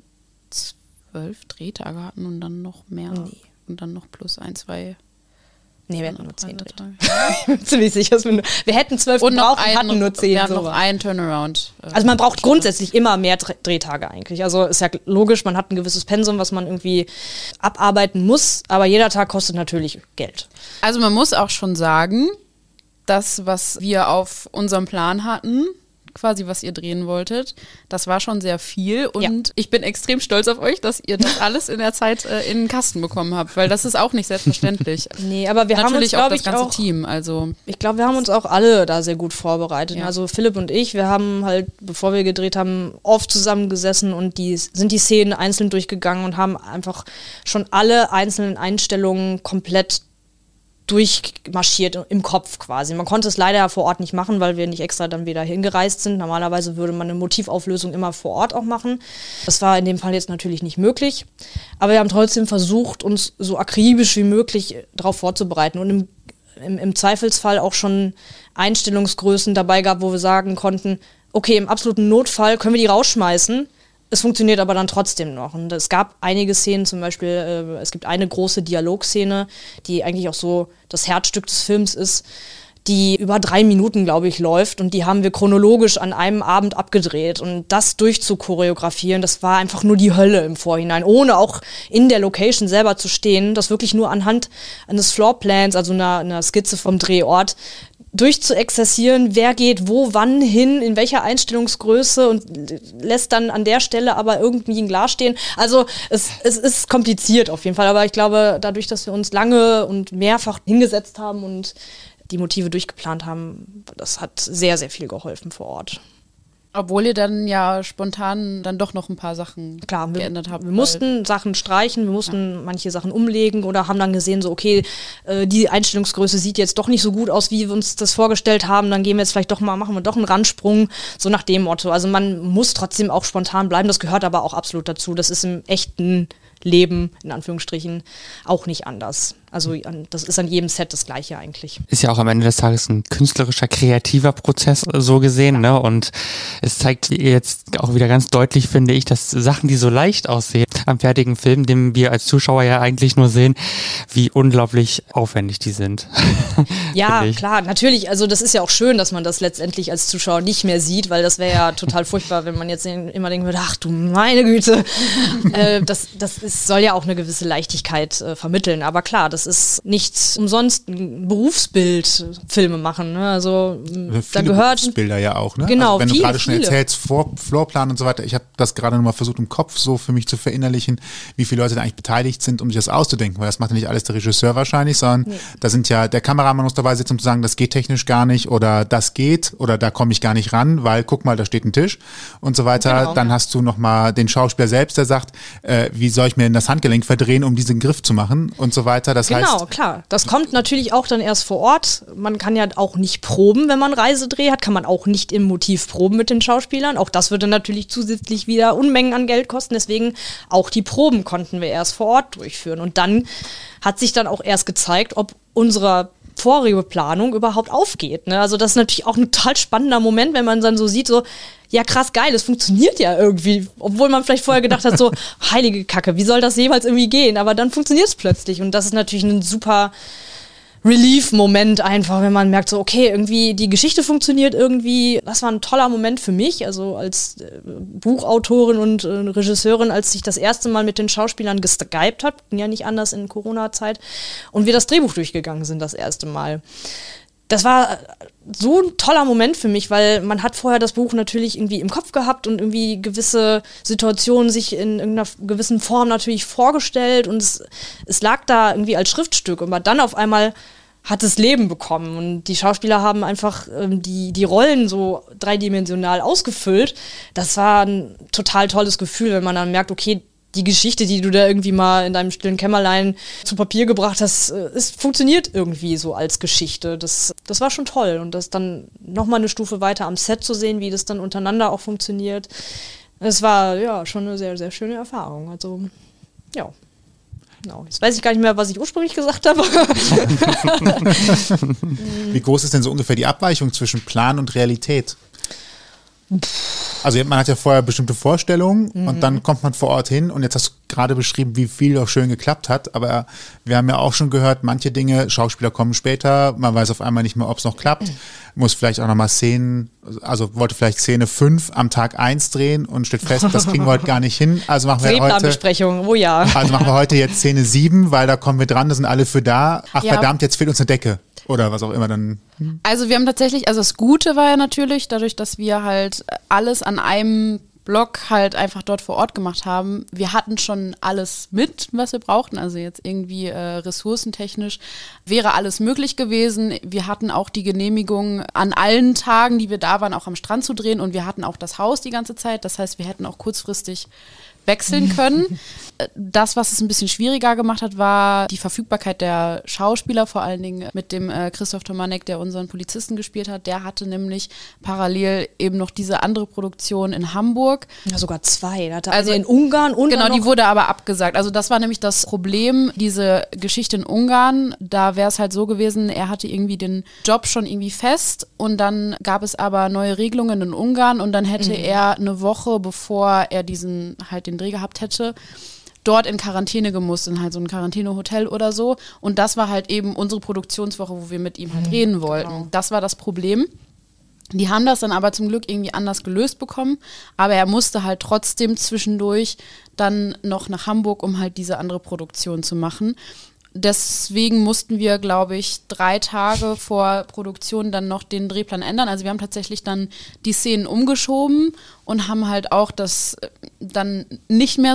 Speaker 6: 12 Drehtage hatten und dann noch mehr.
Speaker 5: Nee.
Speaker 6: Und dann noch plus 1, 2.
Speaker 5: Nee, wir hatten nur 10 Drehtage. Ich bin ziemlich sicher, wir hätten 12
Speaker 6: und
Speaker 5: gebraucht und hatten nur 10.
Speaker 6: Wir hatten noch einen Turnaround.
Speaker 5: Also man braucht grundsätzlich immer mehr Drehtage eigentlich. Also ist ja logisch, man hat ein gewisses Pensum, was man irgendwie abarbeiten muss, aber jeder Tag kostet natürlich Geld.
Speaker 6: Also man muss auch schon sagen, das, was wir auf unserem Plan hatten, quasi, was ihr drehen wolltet, das war schon sehr viel und ich bin extrem stolz auf euch, dass ihr das alles in der Zeit in den Kasten bekommen habt, weil das ist auch nicht selbstverständlich.
Speaker 5: Nee, aber wir
Speaker 6: natürlich
Speaker 5: haben uns,
Speaker 6: auch das ganze Team, also.
Speaker 5: Ich glaube, wir haben uns auch alle da sehr gut vorbereitet.
Speaker 6: Ja.
Speaker 5: Also Philipp und ich, wir haben halt, bevor wir gedreht haben, oft zusammengesessen und sind die Szenen einzeln durchgegangen und haben einfach schon alle einzelnen Einstellungen komplett durchmarschiert im Kopf quasi. Man konnte es leider vor Ort nicht machen, weil wir nicht extra dann wieder hingereist sind. Normalerweise würde man eine Motivauflösung immer vor Ort auch machen. Das war in dem Fall jetzt natürlich nicht möglich. Aber wir haben trotzdem versucht, uns so akribisch wie möglich darauf vorzubereiten und im Zweifelsfall auch schon Einstellungsgrößen dabei gab, wo wir sagen konnten, okay, im absoluten Notfall können wir die rausschmeißen. Es funktioniert aber dann trotzdem noch. Und es gab einige Szenen, zum Beispiel, es gibt eine große Dialogszene, die eigentlich auch so das Herzstück des Films ist, die über 3 Minuten, glaube ich, läuft. Und die haben wir chronologisch an einem Abend abgedreht. Und das durchzuchoreografieren, das war einfach nur die Hölle im Vorhinein, ohne auch in der Location selber zu stehen. Das wirklich nur anhand eines Floorplans, also einer Skizze vom Drehort, durchzuexerzieren, wer geht wo, wann hin, in welcher Einstellungsgröße und lässt dann an der Stelle aber irgendwie ein Glas stehen. Also es ist kompliziert auf jeden Fall, aber ich glaube, dadurch, dass wir uns lange und mehrfach hingesetzt haben und die Motive durchgeplant haben, das hat sehr, sehr viel geholfen vor Ort.
Speaker 6: Obwohl ihr dann ja spontan dann doch noch ein paar Sachen geändert habt.
Speaker 5: Wir mussten Sachen streichen, wir mussten manche Sachen umlegen oder haben dann gesehen, so okay, die Einstellungsgröße sieht jetzt doch nicht so gut aus, wie wir uns das vorgestellt haben, dann gehen wir jetzt vielleicht doch mal, machen wir doch einen Randsprung, so nach dem Motto. Also man muss trotzdem auch spontan bleiben, das gehört aber auch absolut dazu. Das ist im echten Leben, in Anführungsstrichen, auch nicht anders. Also das ist an jedem Set das Gleiche eigentlich.
Speaker 2: Ist ja auch am Ende des Tages ein künstlerischer, kreativer Prozess so gesehen, ne? Und es zeigt jetzt auch wieder ganz deutlich, finde ich, dass Sachen, die so leicht aussehen am fertigen Film, den wir als Zuschauer ja eigentlich nur sehen, wie unglaublich aufwendig die sind.
Speaker 5: Ja, klar, natürlich. Also das ist ja auch schön, dass man das letztendlich als Zuschauer nicht mehr sieht, weil das wäre ja total furchtbar, wenn man jetzt immer denken würde, ach du meine Güte. Soll ja auch eine gewisse Leichtigkeit vermitteln. Aber klar, das ist nicht umsonst ein Berufsbild, Filme machen. Ne? Also da gehört
Speaker 1: Berufsbilder ja auch, ne?
Speaker 5: Genau,
Speaker 1: also wenn du gerade schon erzählst, Floorplan und so weiter, ich habe das gerade nochmal versucht im Kopf so für mich zu verinnerlichen, wie viele Leute da eigentlich beteiligt sind, um sich das auszudenken, weil das macht ja nicht alles der Regisseur wahrscheinlich, sondern da sind ja, der Kameramann muss dabei sitzen, um zu sagen, das geht technisch gar nicht oder das geht oder da komme ich gar nicht ran, weil guck mal, da steht ein Tisch und so weiter. Genau. Dann hast du nochmal den Schauspieler selbst, der sagt, wie soll ich mir denn das Handgelenk verdrehen, um diesen Griff zu machen und so weiter. Das heißt,
Speaker 5: genau, klar. Das kommt natürlich auch dann erst vor Ort. Man kann ja auch nicht proben, wenn man Reisedreh hat, kann man auch nicht im Motiv proben mit den Schauspielern. Auch das würde natürlich zusätzlich wieder Unmengen an Geld kosten. Deswegen auch die Proben konnten wir erst vor Ort durchführen. Und dann hat sich dann auch erst gezeigt, ob unsere vorige Planung überhaupt aufgeht. Ne? Also das ist natürlich auch ein total spannender Moment, wenn man dann so sieht, so, ja krass, geil, es funktioniert ja irgendwie. Obwohl man vielleicht vorher gedacht hat, so, heilige Kacke, wie soll das jemals irgendwie gehen? Aber dann funktioniert es plötzlich. Und das ist natürlich ein super Relief-Moment einfach, wenn man merkt so, okay, irgendwie die Geschichte funktioniert irgendwie. Das war ein toller Moment für mich, also als Buchautorin und Regisseurin, als ich das erste Mal mit den Schauspielern geskypt habe, ging ja nicht anders in Corona-Zeit, und wir das Drehbuch durchgegangen sind das erste Mal. Das war so ein toller Moment für mich, weil man hat vorher das Buch natürlich irgendwie im Kopf gehabt und irgendwie gewisse Situationen sich in irgendeiner gewissen Form natürlich vorgestellt und es lag da irgendwie als Schriftstück, aber dann auf einmal hat es Leben bekommen und die Schauspieler haben einfach die Rollen so dreidimensional ausgefüllt. Das war ein total tolles Gefühl, wenn man dann merkt, okay, die Geschichte, die du da irgendwie mal in deinem stillen Kämmerlein zu Papier gebracht hast, es funktioniert irgendwie so als Geschichte. Das war schon toll. Und das dann nochmal eine Stufe weiter am Set zu sehen, wie das dann untereinander auch funktioniert, das war ja schon eine sehr, sehr schöne Erfahrung. Also, ja. Genau. Jetzt weiß ich gar nicht mehr, was ich ursprünglich gesagt habe.
Speaker 1: Wie groß ist denn so ungefähr die Abweichung zwischen Plan und Realität? Also man hat ja vorher bestimmte Vorstellungen und dann kommt man vor Ort hin und jetzt hast du gerade beschrieben, wie viel auch schön geklappt hat, aber wir haben ja auch schon gehört, manche Dinge, Schauspieler kommen später, man weiß auf einmal nicht mehr, ob es noch klappt, muss vielleicht auch nochmal Szenen, also wollte vielleicht Szene 5 am Tag 1 drehen und stellt fest, das kriegen wir heute gar nicht hin, also machen wir
Speaker 5: Drehplanbesprechung, oh ja.
Speaker 1: Also machen wir heute jetzt Szene 7, weil da kommen wir dran, da sind alle für da, ach ja. Verdammt, jetzt fehlt uns eine Decke. Oder was auch immer dann.
Speaker 6: Also wir haben tatsächlich, also das Gute war ja natürlich, dadurch, dass wir halt alles an einem Block halt einfach dort vor Ort gemacht haben. Wir hatten schon alles mit, was wir brauchten, also jetzt irgendwie ressourcentechnisch wäre alles möglich gewesen. Wir hatten auch die Genehmigung an allen Tagen, die wir da waren, auch am Strand zu drehen und wir hatten auch das Haus die ganze Zeit. Das heißt, wir hätten auch kurzfristig wechseln können. Das, was es ein bisschen schwieriger gemacht hat, war die Verfügbarkeit der Schauspieler, vor allen Dingen mit dem Christoph Tomanek, der unseren Polizisten gespielt hat. Der hatte nämlich parallel eben noch diese andere Produktion in Hamburg.
Speaker 5: Ja, sogar 2. Der hatte also in Ungarn und
Speaker 6: genau, die wurde aber abgesagt. Also das war nämlich das Problem, diese Geschichte in Ungarn. Da wäre es halt so gewesen, er hatte irgendwie den Job schon irgendwie fest und dann gab es aber neue Regelungen in Ungarn und dann hätte er eine Woche, bevor er den Dreh gehabt hätte, dort in Quarantäne gemusst, in halt so ein Quarantänehotel oder so. Und das war halt eben unsere Produktionswoche, wo wir mit ihm halt reden wollten. Genau. Das war das Problem. Die haben das dann aber zum Glück irgendwie anders gelöst bekommen. Aber er musste halt trotzdem zwischendurch dann noch nach Hamburg, um halt diese andere Produktion zu machen. Deswegen mussten wir, glaube ich, 3 Tage vor Produktion dann noch den Drehplan ändern. Also wir haben tatsächlich dann die Szenen umgeschoben und haben halt auch das dann nicht mehr so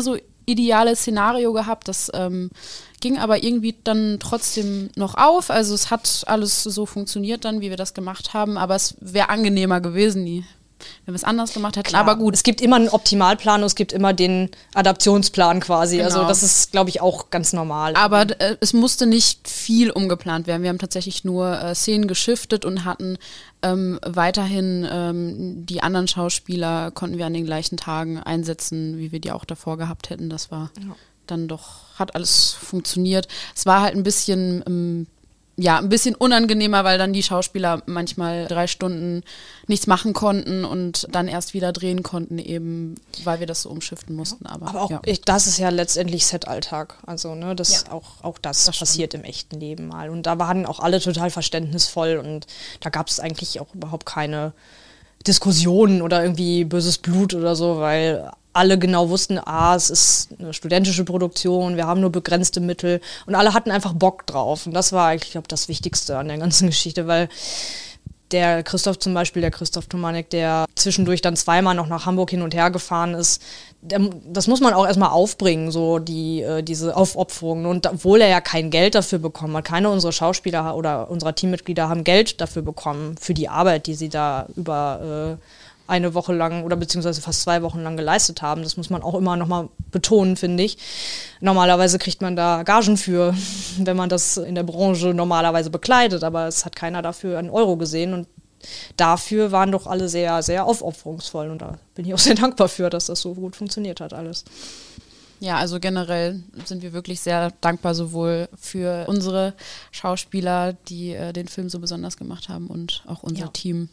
Speaker 6: ideale Szenario gehabt. Das ging aber irgendwie dann trotzdem noch auf. Also es hat alles so funktioniert dann, wie wir das gemacht haben. Aber es wäre angenehmer gewesen, wenn wir es anders gemacht hätten.
Speaker 5: Klar,
Speaker 6: aber gut.
Speaker 5: Es gibt immer einen Optimalplan und es gibt immer den Adaptionsplan quasi.
Speaker 6: Genau.
Speaker 5: Also das ist, glaube ich, auch ganz normal.
Speaker 6: Aber es musste nicht viel umgeplant werden. Wir haben tatsächlich nur Szenen geschiftet und hatten weiterhin die anderen Schauspieler konnten wir an den gleichen Tagen einsetzen, wie wir die auch davor gehabt hätten. Das war dann doch, hat alles funktioniert. Es war halt ein bisschen unangenehmer, weil dann die Schauspieler manchmal 3 Stunden nichts machen konnten und dann erst wieder drehen konnten, eben weil wir das so umschiften mussten. Aber
Speaker 5: auch das ist ja letztendlich Set-Alltag. Also auch das passiert im echten Leben mal. Und da waren auch alle total verständnisvoll und da gab es eigentlich auch überhaupt keine Diskussionen oder irgendwie böses Blut oder so, weil alle genau wussten, es ist eine studentische Produktion, wir haben nur begrenzte Mittel und alle hatten einfach Bock drauf. Und das war eigentlich, glaube ich, das Wichtigste an der ganzen Geschichte, weil der Christoph Tomanek, der zwischendurch dann 2-mal noch nach Hamburg hin und her gefahren ist, das muss man auch erstmal aufbringen, so diese Aufopferungen. Und obwohl er ja kein Geld dafür bekommen hat, keine unserer Schauspieler oder unserer Teammitglieder haben Geld dafür bekommen, für die Arbeit, die sie da über eine Woche lang oder beziehungsweise fast 2 Wochen lang geleistet haben. Das muss man auch immer nochmal betonen, finde ich. Normalerweise kriegt man da Gagen für, wenn man das in der Branche normalerweise bekleidet, aber es hat keiner dafür einen Euro gesehen und dafür waren doch alle sehr, sehr aufopferungsvoll und da bin ich auch sehr dankbar für, dass das so gut funktioniert hat alles.
Speaker 6: Ja, also generell sind wir wirklich sehr dankbar sowohl für unsere Schauspieler, die den Film so besonders gemacht haben und auch unser Team.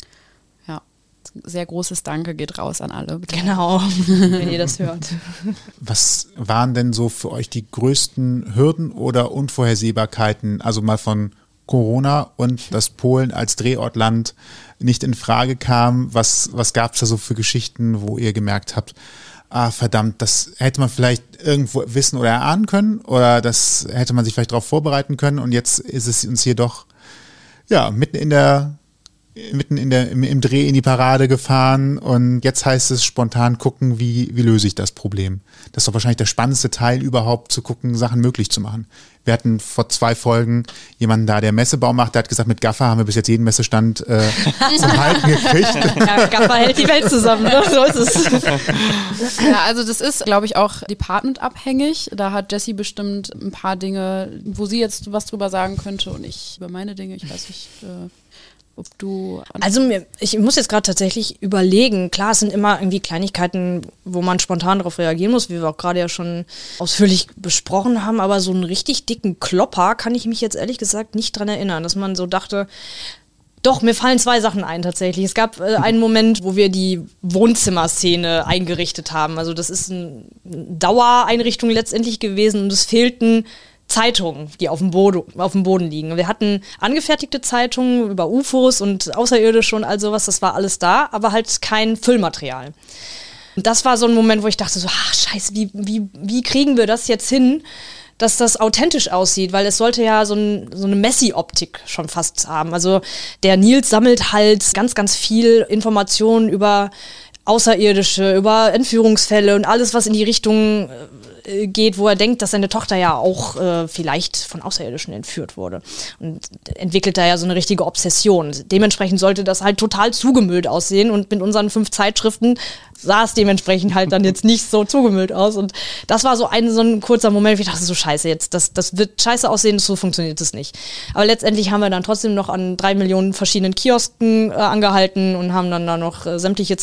Speaker 6: Sehr großes Danke geht raus an alle.
Speaker 5: Genau, wenn ihr das hört.
Speaker 1: Was waren denn so für euch die größten Hürden oder Unvorhersehbarkeiten, also mal von Corona und dass Polen als Drehortland nicht in Frage kam? Was gab es da so für Geschichten, wo ihr gemerkt habt, verdammt, das hätte man vielleicht irgendwo wissen oder erahnen können oder das hätte man sich vielleicht darauf vorbereiten können und jetzt ist es uns hier doch mitten im Dreh in die Parade gefahren und jetzt heißt es spontan gucken, wie löse ich das Problem. Das ist doch wahrscheinlich der spannendste Teil überhaupt, zu gucken, Sachen möglich zu machen. Wir hatten vor 2 Folgen jemanden da, der Messebau macht, der hat gesagt, mit Gaffer haben wir bis jetzt jeden Messestand zum Halten gekriegt.
Speaker 5: Ja, Gaffer hält die Welt zusammen, ne? So ist es.
Speaker 6: Ja, also das ist, glaube ich, auch departmentabhängig. Da hat Jessie bestimmt ein paar Dinge, wo sie jetzt was drüber sagen könnte und ich über meine Dinge, ich weiß nicht, ob du...
Speaker 5: Also ich muss jetzt gerade tatsächlich überlegen, klar, es sind immer irgendwie Kleinigkeiten, wo man spontan darauf reagieren muss, wie wir auch gerade ja schon ausführlich besprochen haben, aber so einen richtig dicken Klopper kann ich mich jetzt ehrlich gesagt nicht dran erinnern, dass man so dachte, doch, mir fallen 2 Sachen ein tatsächlich. Es gab einen Moment, wo wir die Wohnzimmerszene eingerichtet haben, also das ist eine Dauereinrichtung letztendlich gewesen und es fehlten Zeitungen, die auf dem Boden liegen. Wir hatten angefertigte Zeitungen über UFOs und Außerirdische und all sowas, das war alles da, aber halt kein Füllmaterial. Und das war so ein Moment, wo ich dachte so, scheiße, wie kriegen wir das jetzt hin, dass das authentisch aussieht, weil es sollte ja so eine Messi-Optik schon fast haben. Also der Nils sammelt halt ganz, ganz viel Informationen über Außerirdische, über Entführungsfälle und alles, was in die Richtung geht, wo er denkt, dass seine Tochter ja auch vielleicht von Außerirdischen entführt wurde. Und entwickelt da ja so eine richtige Obsession. Dementsprechend sollte das halt total zugemüllt aussehen und mit unseren 5 Zeitschriften sah es dementsprechend halt dann jetzt nicht so zugemüllt aus. Und das war so ein kurzer Moment, wo ich dachte, so scheiße, jetzt, das wird scheiße aussehen, so funktioniert es nicht. Aber letztendlich haben wir dann trotzdem noch an 3 Millionen verschiedenen Kiosken angehalten und haben dann da noch sämtliche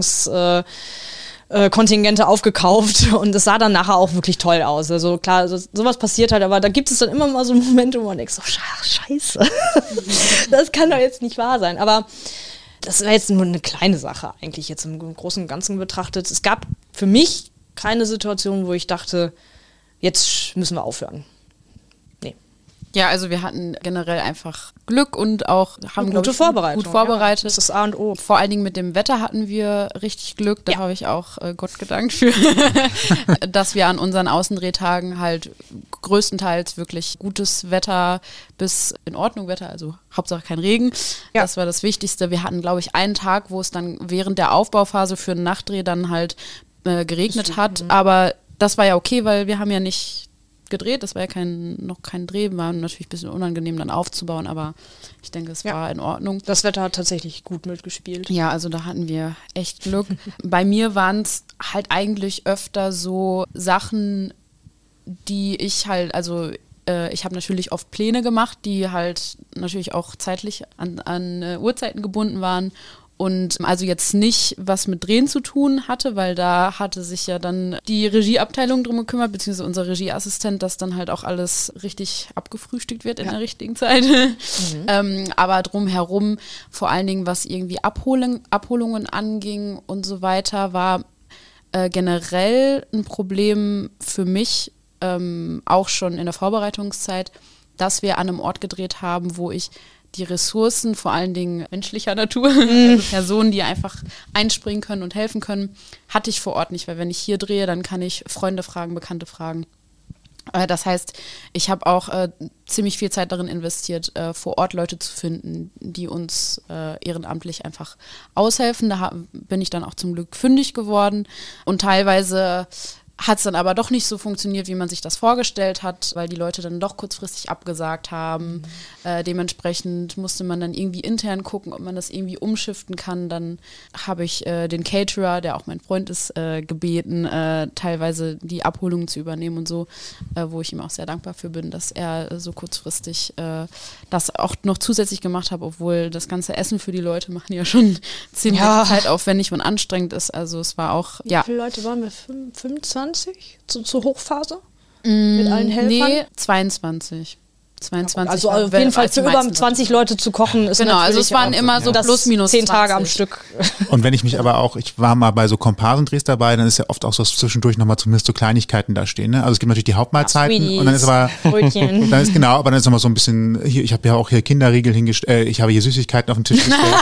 Speaker 5: Kontingente aufgekauft und es sah dann nachher auch wirklich toll aus. Also klar, sowas passiert halt, aber da gibt es dann immer mal so Momente, wo man denkt, so scheiße, das kann doch jetzt nicht wahr sein. Aber das war jetzt nur eine kleine Sache eigentlich jetzt im Großen und Ganzen betrachtet. Es gab für mich keine Situation, wo ich dachte, jetzt müssen wir aufhören. Nee.
Speaker 6: Ja, also wir hatten generell einfach Glück und auch haben
Speaker 5: gute Vorbereitung.
Speaker 6: Gut vorbereitet.
Speaker 5: Ja, das ist das A und O.
Speaker 6: Vor allen Dingen mit dem Wetter hatten wir richtig Glück. Da habe ich auch Gott gedankt für, dass wir an unseren Außendrehtagen halt größtenteils wirklich gutes Wetter bis in Ordnung Wetter, also Hauptsache kein Regen. Ja. Das war das Wichtigste. Wir hatten, glaube ich, einen Tag, wo es dann während der Aufbauphase für einen Nachtdreh dann halt geregnet hat, aber das war ja okay, weil wir haben ja nicht gedreht, das war ja noch kein Dreh, war natürlich ein bisschen unangenehm dann aufzubauen, aber ich denke, es war in Ordnung.
Speaker 5: Das Wetter hat tatsächlich gut mitgespielt.
Speaker 6: Ja, also da hatten wir echt Glück. Bei mir waren es halt eigentlich öfter so Sachen, die ich halt, also ich habe natürlich oft Pläne gemacht, die halt natürlich auch zeitlich an Uhrzeiten gebunden waren. Und also jetzt nicht was mit Drehen zu tun hatte, weil da hatte sich ja dann die Regieabteilung drum gekümmert, beziehungsweise unser Regieassistent, dass dann halt auch alles richtig abgefrühstückt wird in der richtigen Zeit. Aber drumherum, vor allen Dingen was irgendwie Abholungen anging und so weiter, war generell ein Problem für mich, auch schon in der Vorbereitungszeit, dass wir an einem Ort gedreht haben, wo ich die Ressourcen, vor allen Dingen menschlicher Natur, also Personen, die einfach einspringen können und helfen können, hatte ich vor Ort nicht, weil wenn ich hier drehe, dann kann ich Freunde fragen, Bekannte fragen. Das heißt, ich habe auch ziemlich viel Zeit darin investiert, vor Ort Leute zu finden, die uns ehrenamtlich einfach aushelfen. Da bin ich dann auch zum Glück fündig geworden und teilweise hat es dann aber doch nicht so funktioniert, wie man sich das vorgestellt hat, weil die Leute dann doch kurzfristig abgesagt haben. Dementsprechend musste man dann irgendwie intern gucken, ob man das irgendwie umschiften kann. Dann habe ich den Caterer, der auch mein Freund ist, gebeten, teilweise die Abholungen zu übernehmen und so, wo ich ihm auch sehr dankbar für bin, dass er so kurzfristig das auch noch zusätzlich gemacht hat, obwohl das ganze Essen für die Leute machen ja schon ziemlich zeitaufwendig und anstrengend ist. Also es war auch,
Speaker 5: Wie viele Leute waren wir? 25 zur Hochphase? Mit allen Helfern?
Speaker 6: Nee, 22. 22.
Speaker 5: Also auf jeden Fall für über 20 Leute zu kochen ist
Speaker 6: genau, also es waren immer so plus minus
Speaker 5: 10 Tage am Stück.
Speaker 1: Und wenn ich mich aber auch, ich war mal bei so Comparsendrehs dabei, dann ist ja oft auch so zwischendurch nochmal zumindest so Kleinigkeiten da stehen. Ne? Also es gibt natürlich die Hauptmahlzeiten und dann ist aber
Speaker 5: Brötchen.
Speaker 1: Dann ist genau, aber dann ist nochmal so ein bisschen, hier, ich habe ja auch hier Kinderriegel hingestellt, ich habe hier Süßigkeiten auf den Tisch gestellt.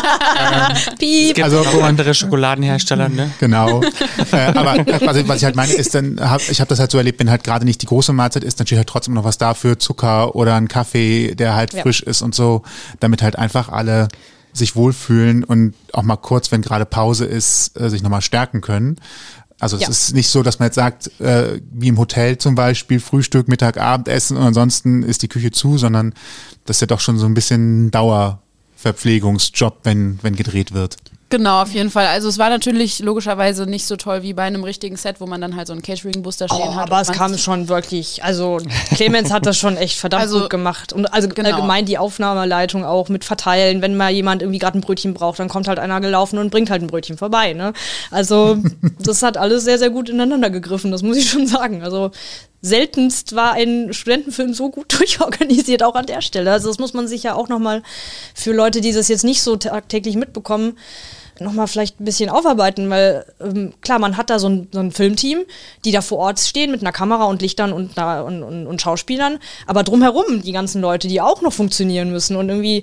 Speaker 2: Es gibt also auch andere Schokoladenhersteller, ne?
Speaker 1: Genau. Aber was ich halt meine, ist dann, ich habe das halt so erlebt, wenn halt gerade nicht die große Mahlzeit ist, dann steht halt trotzdem noch was da für Zucker oder ein Kaffee, der halt frisch ist und so, damit halt einfach alle sich wohlfühlen und auch mal kurz, wenn gerade Pause ist, sich nochmal stärken können. Also es ist nicht so, dass man jetzt sagt, wie im Hotel zum Beispiel, Frühstück, Mittag, Abendessen und ansonsten ist die Küche zu, sondern das ist ja doch schon so ein bisschen Dauerverpflegungsjob, wenn gedreht wird.
Speaker 6: Genau, auf jeden Fall. Also es war natürlich logischerweise nicht so toll wie bei einem richtigen Set, wo man dann halt so einen Catering-Bus da stehen hat.
Speaker 5: Aber es kam schon wirklich, also Clemens hat das schon echt verdammt gut gemacht. Und also allgemein die Aufnahmeleitung auch mit verteilen, wenn mal jemand irgendwie gerade ein Brötchen braucht, dann kommt halt einer gelaufen und bringt halt ein Brötchen vorbei. Ne? Also das hat alles sehr, sehr gut ineinander gegriffen, das muss ich schon sagen. Also seltenst war ein Studentenfilm so gut durchorganisiert, auch an der Stelle. Also das muss man sich ja auch nochmal für Leute, die das jetzt nicht so tagtäglich mitbekommen, nochmal vielleicht ein bisschen aufarbeiten, weil klar, man hat da so ein Filmteam, die da vor Ort stehen mit einer Kamera und Lichtern und Schauspielern, aber drumherum die ganzen Leute, die auch noch funktionieren müssen und irgendwie,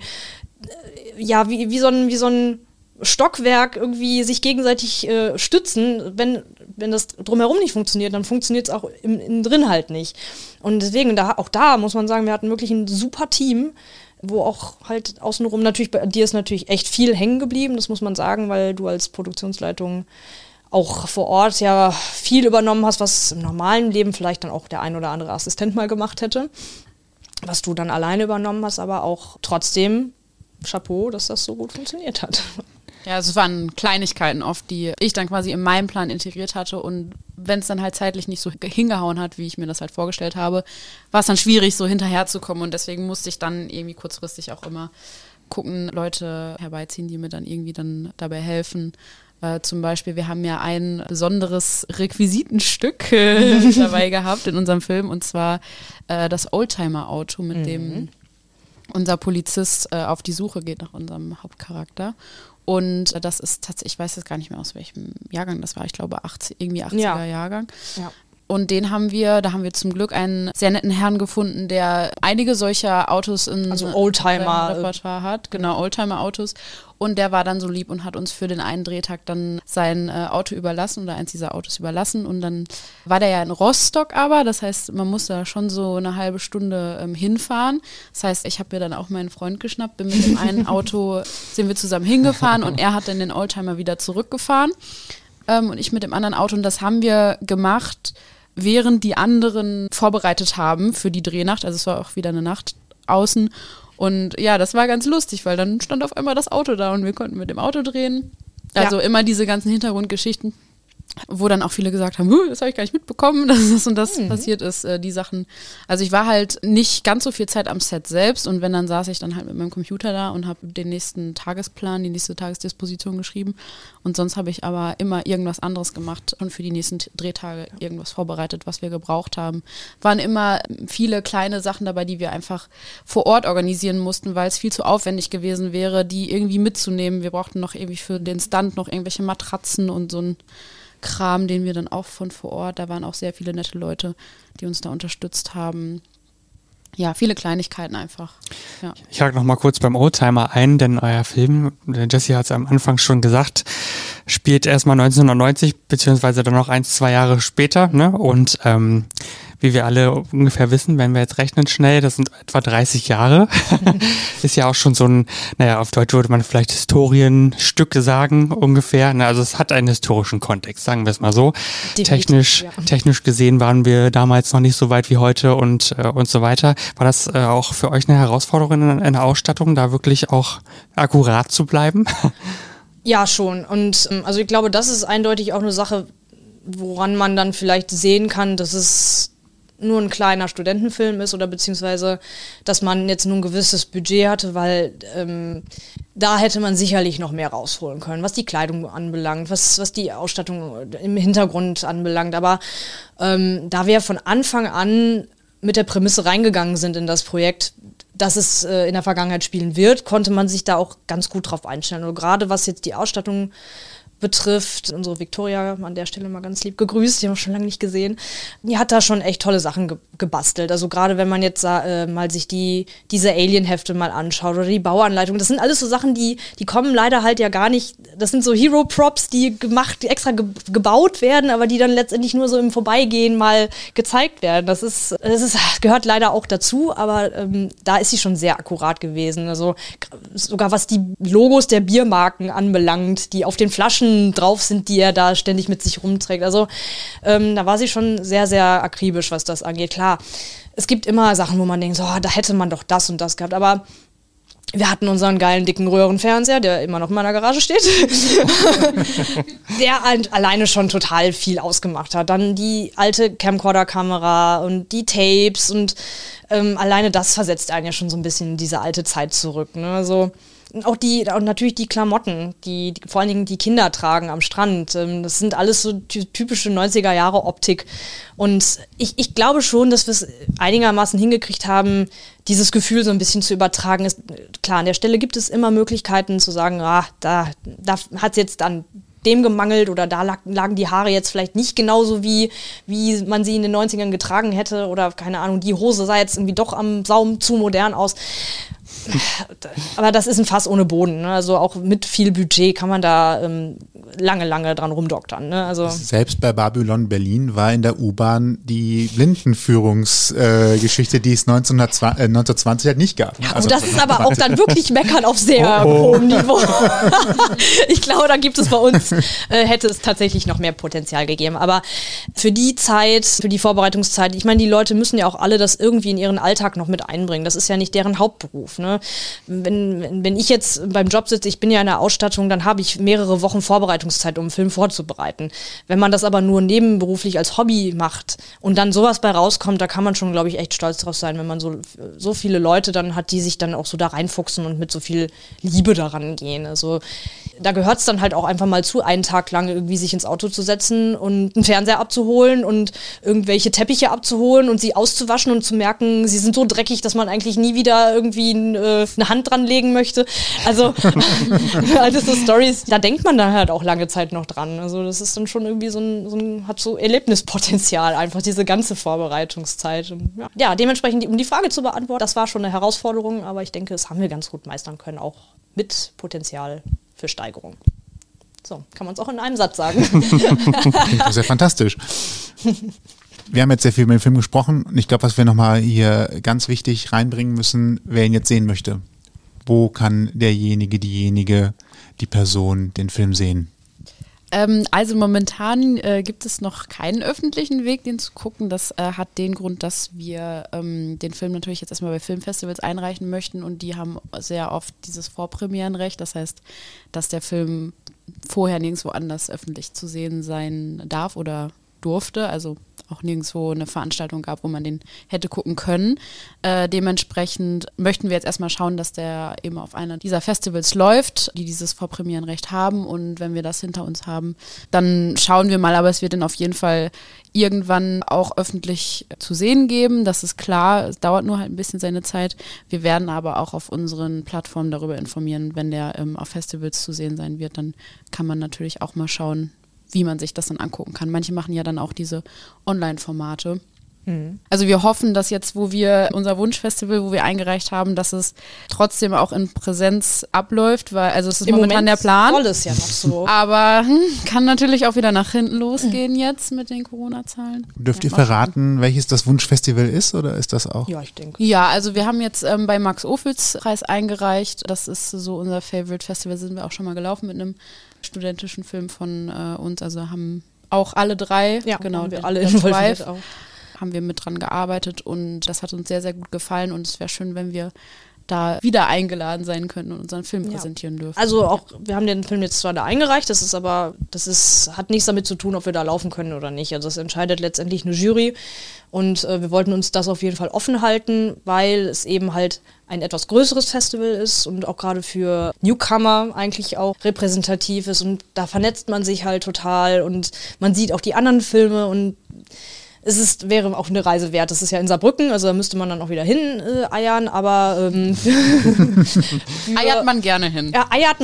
Speaker 5: ja, wie so ein Stockwerk irgendwie sich gegenseitig stützen. Wenn das drumherum nicht funktioniert, dann funktioniert es auch innen drin halt nicht. Und deswegen, auch da muss man sagen, wir hatten wirklich ein super Team, wo auch halt außenrum natürlich, bei dir ist natürlich echt viel hängen geblieben, das muss man sagen, weil du als Produktionsleitung auch vor Ort ja viel übernommen hast, was im normalen Leben vielleicht dann auch der ein oder andere Assistent mal gemacht hätte, was du dann alleine übernommen hast, aber auch trotzdem Chapeau, dass das so gut funktioniert hat.
Speaker 6: Ja, also es waren Kleinigkeiten oft, die ich dann quasi in meinem Plan integriert hatte und wenn es dann halt zeitlich nicht so hingehauen hat, wie ich mir das halt vorgestellt habe, war es dann schwierig, so hinterherzukommen und deswegen musste ich dann irgendwie kurzfristig auch immer gucken, Leute herbeiziehen, die mir dann irgendwie dann dabei helfen. Zum Beispiel, wir haben ja ein besonderes Requisitenstück dabei gehabt in unserem Film und zwar das Oldtimer-Auto, mit dem unser Polizist auf die Suche geht nach unserem Hauptcharakter. Und das ist tatsächlich, ich weiß jetzt gar nicht mehr aus welchem Jahrgang das war, ich glaube 80er Jahrgang. Ja. Und da haben wir zum Glück einen sehr netten Herrn gefunden, der einige solcher Autos in
Speaker 5: Oldtimer
Speaker 6: Repertoire hat, genau, Oldtimer-Autos. Und der war dann so lieb und hat uns für den einen Drehtag dann sein Auto überlassen oder eins dieser Autos überlassen. Und dann war der ja in Rostock aber, das heißt, man muss da schon so eine halbe Stunde hinfahren. Das heißt, ich habe mir dann auch meinen Freund geschnappt, bin mit dem einen Auto, sind wir zusammen hingefahren und er hat dann den Oldtimer wieder zurückgefahren. Und ich mit dem anderen Auto. Und das haben wir gemacht während die anderen vorbereitet haben für die Drehnacht. Also es war auch wieder eine Nacht außen. Und ja, das war ganz lustig, weil dann stand auf einmal das Auto da und wir konnten mit dem Auto drehen. Also immer diese ganzen Hintergrundgeschichten, wo dann auch viele gesagt haben, das habe ich gar nicht mitbekommen, dass das und das passiert ist, die Sachen. Also ich war halt nicht ganz so viel Zeit am Set selbst und wenn, dann saß ich dann halt mit meinem Computer da und habe den nächsten Tagesplan, die nächste Tagesdisposition geschrieben und sonst habe ich aber immer irgendwas anderes gemacht und für die nächsten Drehtage irgendwas vorbereitet, was wir gebraucht haben. Waren immer viele kleine Sachen dabei, die wir einfach vor Ort organisieren mussten, weil es viel zu aufwendig gewesen wäre, die irgendwie mitzunehmen. Wir brauchten noch irgendwie für den Stunt noch irgendwelche Matratzen und so ein Kram, den wir dann auch von vor Ort, da waren auch sehr viele nette Leute, die uns da unterstützt haben. Ja, viele Kleinigkeiten einfach. Ja.
Speaker 2: Ich hake noch mal kurz beim Oldtimer ein, denn euer Film, Jesse hat es am Anfang schon gesagt, spielt erstmal 1990, beziehungsweise dann noch 1-2 Jahre später, ne? Und wie wir alle ungefähr wissen, wenn wir jetzt rechnen schnell, das sind etwa 30 Jahre. Ist ja auch schon so ein, auf Deutsch würde man vielleicht Historienstück sagen, ungefähr. Also es hat einen historischen Kontext, sagen wir es mal so. Technisch gesehen waren wir damals noch nicht so weit wie heute und so weiter. War das auch für euch eine Herausforderung in der Ausstattung, da wirklich auch akkurat zu bleiben?
Speaker 5: Ja, schon. Und also ich glaube, das ist eindeutig auch eine Sache, woran man dann vielleicht sehen kann, dass es nur ein kleiner Studentenfilm ist oder beziehungsweise, dass man jetzt nur ein gewisses Budget hatte, weil da hätte man sicherlich noch mehr rausholen können, was die Kleidung anbelangt, was die Ausstattung im Hintergrund anbelangt. Aber da wir von Anfang an mit der Prämisse reingegangen sind in das Projekt, dass es in der Vergangenheit spielen wird, konnte man sich da auch ganz gut drauf einstellen. Und gerade was jetzt die Ausstattung betrifft, unsere Victoria, an der Stelle mal ganz lieb gegrüßt, die haben wir schon lange nicht gesehen, die hat da schon echt tolle Sachen gebastelt. Also gerade wenn man jetzt mal sich diese Alien-Hefte mal anschaut oder die Bauanleitung, das sind alles so Sachen, die kommen leider halt ja gar nicht, das sind so Hero-Props, die extra gebaut werden, aber die dann letztendlich nur so im Vorbeigehen mal gezeigt werden. Das gehört leider auch dazu, aber da ist sie schon sehr akkurat gewesen. Also sogar was die Logos der Biermarken anbelangt, die auf den Flaschen drauf sind, die er da ständig mit sich rumträgt. Also da war sie schon sehr, sehr akribisch, was das angeht. Klar, es gibt immer Sachen, wo man denkt, so, da hätte man doch das und das gehabt, aber wir hatten unseren geilen, dicken Röhrenfernseher, der immer noch in meiner Garage steht, der alleine schon total viel ausgemacht hat. Dann die alte Camcorder-Kamera und die Tapes und alleine das versetzt einen ja schon so ein bisschen in diese alte Zeit zurück. Ne? Also und natürlich die Klamotten, die vor allen Dingen die Kinder tragen am Strand. Das sind alles so typische 90er-Jahre-Optik. Und ich glaube schon, dass wir es einigermaßen hingekriegt haben, dieses Gefühl so ein bisschen zu übertragen. Klar, an der Stelle gibt es immer Möglichkeiten zu sagen, da hat es jetzt an dem gemangelt oder da lagen die Haare jetzt vielleicht nicht genauso, wie man sie in den 90ern getragen hätte oder keine Ahnung, die Hose sah jetzt irgendwie doch am Saum zu modern aus. Aber das ist ein Fass ohne Boden. Ne? Also auch mit viel Budget kann man da lange dran rumdoktern. Ne? Also
Speaker 1: selbst bei Babylon Berlin war in der U-Bahn die Blindenführungsgeschichte, die es 1920 halt nicht gab. Ne?
Speaker 5: Ja, also das ist aber auch dann wirklich Meckern auf sehr hohem Niveau. Ich glaube, da gibt es bei uns, hätte es tatsächlich noch mehr Potenzial gegeben. Aber für die Zeit, für die Vorbereitungszeit, ich meine, die Leute müssen ja auch alle das irgendwie in ihren Alltag noch mit einbringen. Das ist ja nicht deren Hauptberuf. Ne? Wenn ich jetzt beim Job sitze, ich bin ja in der Ausstattung, dann habe ich mehrere Wochen Vorbereitungszeit, um einen Film vorzubereiten. Wenn man das aber nur nebenberuflich als Hobby macht und dann sowas bei rauskommt, da kann man schon, glaube ich, echt stolz drauf sein, wenn man so viele Leute dann hat, die sich dann auch so da reinfuchsen und mit so viel Liebe daran gehen. Also da gehört es dann halt auch einfach mal zu, einen Tag lang irgendwie sich ins Auto zu setzen und einen Fernseher abzuholen und irgendwelche Teppiche abzuholen und sie auszuwaschen und zu merken, sie sind so dreckig, dass man eigentlich nie wieder irgendwie eine Hand dran legen möchte. Also alles so Storys, da denkt man dann halt auch lange Zeit noch dran. Also das ist dann schon irgendwie hat so Erlebnispotenzial, einfach diese ganze Vorbereitungszeit. Und ja, dementsprechend, um die Frage zu beantworten, das war schon eine Herausforderung, aber ich denke, das haben wir ganz gut meistern können, auch mit Potenzial für Steigerung. So, kann man es auch in einem Satz sagen.
Speaker 1: Das ist ja fantastisch. Wir haben jetzt sehr viel über den Film gesprochen und ich glaube, was wir nochmal hier ganz wichtig reinbringen müssen, wer ihn jetzt sehen möchte. Wo kann derjenige, diejenige, die Person den Film sehen?
Speaker 6: Also momentan gibt es noch keinen öffentlichen Weg, den zu gucken. Das hat den Grund, dass wir den Film natürlich jetzt erstmal bei Filmfestivals einreichen möchten und die haben sehr oft dieses Vorpremierenrecht. Das heißt, dass der Film vorher nirgendwo anders öffentlich zu sehen sein darf oder durfte, also auch nirgendwo eine Veranstaltung gab, wo man den hätte gucken können. Dementsprechend möchten wir jetzt erstmal schauen, dass der eben auf einer dieser Festivals läuft, die dieses Vorpremierenrecht haben und wenn wir das hinter uns haben, dann schauen wir mal, aber es wird dann auf jeden Fall irgendwann auch öffentlich zu sehen geben, das ist klar, es dauert nur halt ein bisschen seine Zeit. Wir werden aber auch auf unseren Plattformen darüber informieren, wenn der auf Festivals zu sehen sein wird, dann kann man natürlich auch mal schauen, wie man sich das dann angucken kann. Manche machen ja dann auch diese Online-Formate. Also wir hoffen, dass jetzt, wo wir unser Wunschfestival, wo wir eingereicht haben, dass es trotzdem auch in Präsenz abläuft, weil also es ist momentan der Plan.
Speaker 5: Soll es ja noch so.
Speaker 6: Aber kann natürlich auch wieder nach hinten losgehen jetzt mit den Corona-Zahlen.
Speaker 1: Dürft ihr verraten, welches das Wunschfestival ist oder ist das auch?
Speaker 5: Ja, ich denke.
Speaker 6: Ja, also wir haben jetzt bei Max-Ophüls-Preis eingereicht. Das ist so unser Favorite Festival, sind wir auch schon mal gelaufen mit einem studentischen Film von uns. Also haben auch alle drei,
Speaker 5: Ja,
Speaker 6: genau,
Speaker 5: wir alle involviert auch.
Speaker 6: haben wir mit dran gearbeitet und das hat uns sehr, sehr gut gefallen und es wäre schön, wenn wir da wieder eingeladen sein könnten und unseren Film präsentieren dürfen.
Speaker 5: Also auch, wir haben den Film jetzt zwar da eingereicht, hat nichts damit zu tun, ob wir da laufen können oder nicht. Also das entscheidet letztendlich eine Jury und wir wollten uns das auf jeden Fall offen halten, weil es eben halt ein etwas größeres Festival ist und auch gerade für Newcomer eigentlich auch repräsentativ ist und da vernetzt man sich halt total und man sieht auch die anderen Filme und wäre auch eine Reise wert. Das ist ja in Saarbrücken, also da müsste man dann auch wieder hin eiern, aber
Speaker 6: eiert man gerne hin.
Speaker 5: Ja, eiert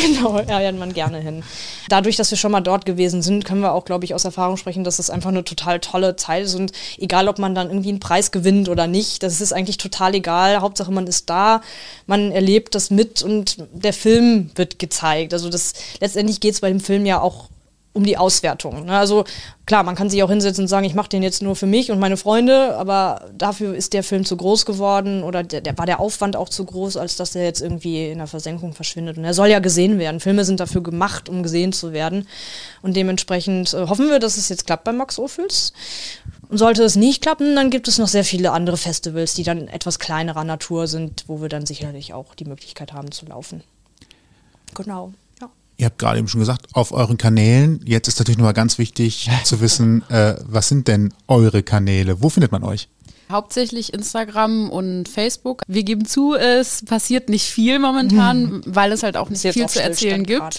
Speaker 5: man gerne hin. Dadurch, dass wir schon mal dort gewesen sind, können wir auch, glaube ich, aus Erfahrung sprechen, dass es einfach eine total tolle Zeit ist und egal, ob man dann irgendwie einen Preis gewinnt oder nicht, das ist eigentlich total egal. Hauptsache, man ist da, man erlebt das mit und der Film wird gezeigt. Also letztendlich geht es bei dem Film ja auch um die Auswertung. Ne? Also klar, man kann sich auch hinsetzen und sagen, ich mache den jetzt nur für mich und meine Freunde, aber dafür ist der Film zu groß geworden oder war der Aufwand auch zu groß, als dass der jetzt irgendwie in der Versenkung verschwindet. Und er soll ja gesehen werden. Filme sind dafür gemacht, um gesehen zu werden. Und dementsprechend hoffen wir, dass es jetzt klappt bei Max Ophüls. Und sollte es nicht klappen, dann gibt es noch sehr viele andere Festivals, die dann etwas kleinerer Natur sind, wo wir dann sicherlich auch die Möglichkeit haben zu laufen. Genau.
Speaker 1: Ihr habt gerade eben schon gesagt, auf euren Kanälen. Jetzt ist natürlich nochmal ganz wichtig zu wissen, was sind denn eure Kanäle? Wo findet man euch?
Speaker 6: Hauptsächlich Instagram und Facebook. Wir geben zu, es passiert nicht viel momentan, weil es halt auch nicht viel zu erzählen gibt.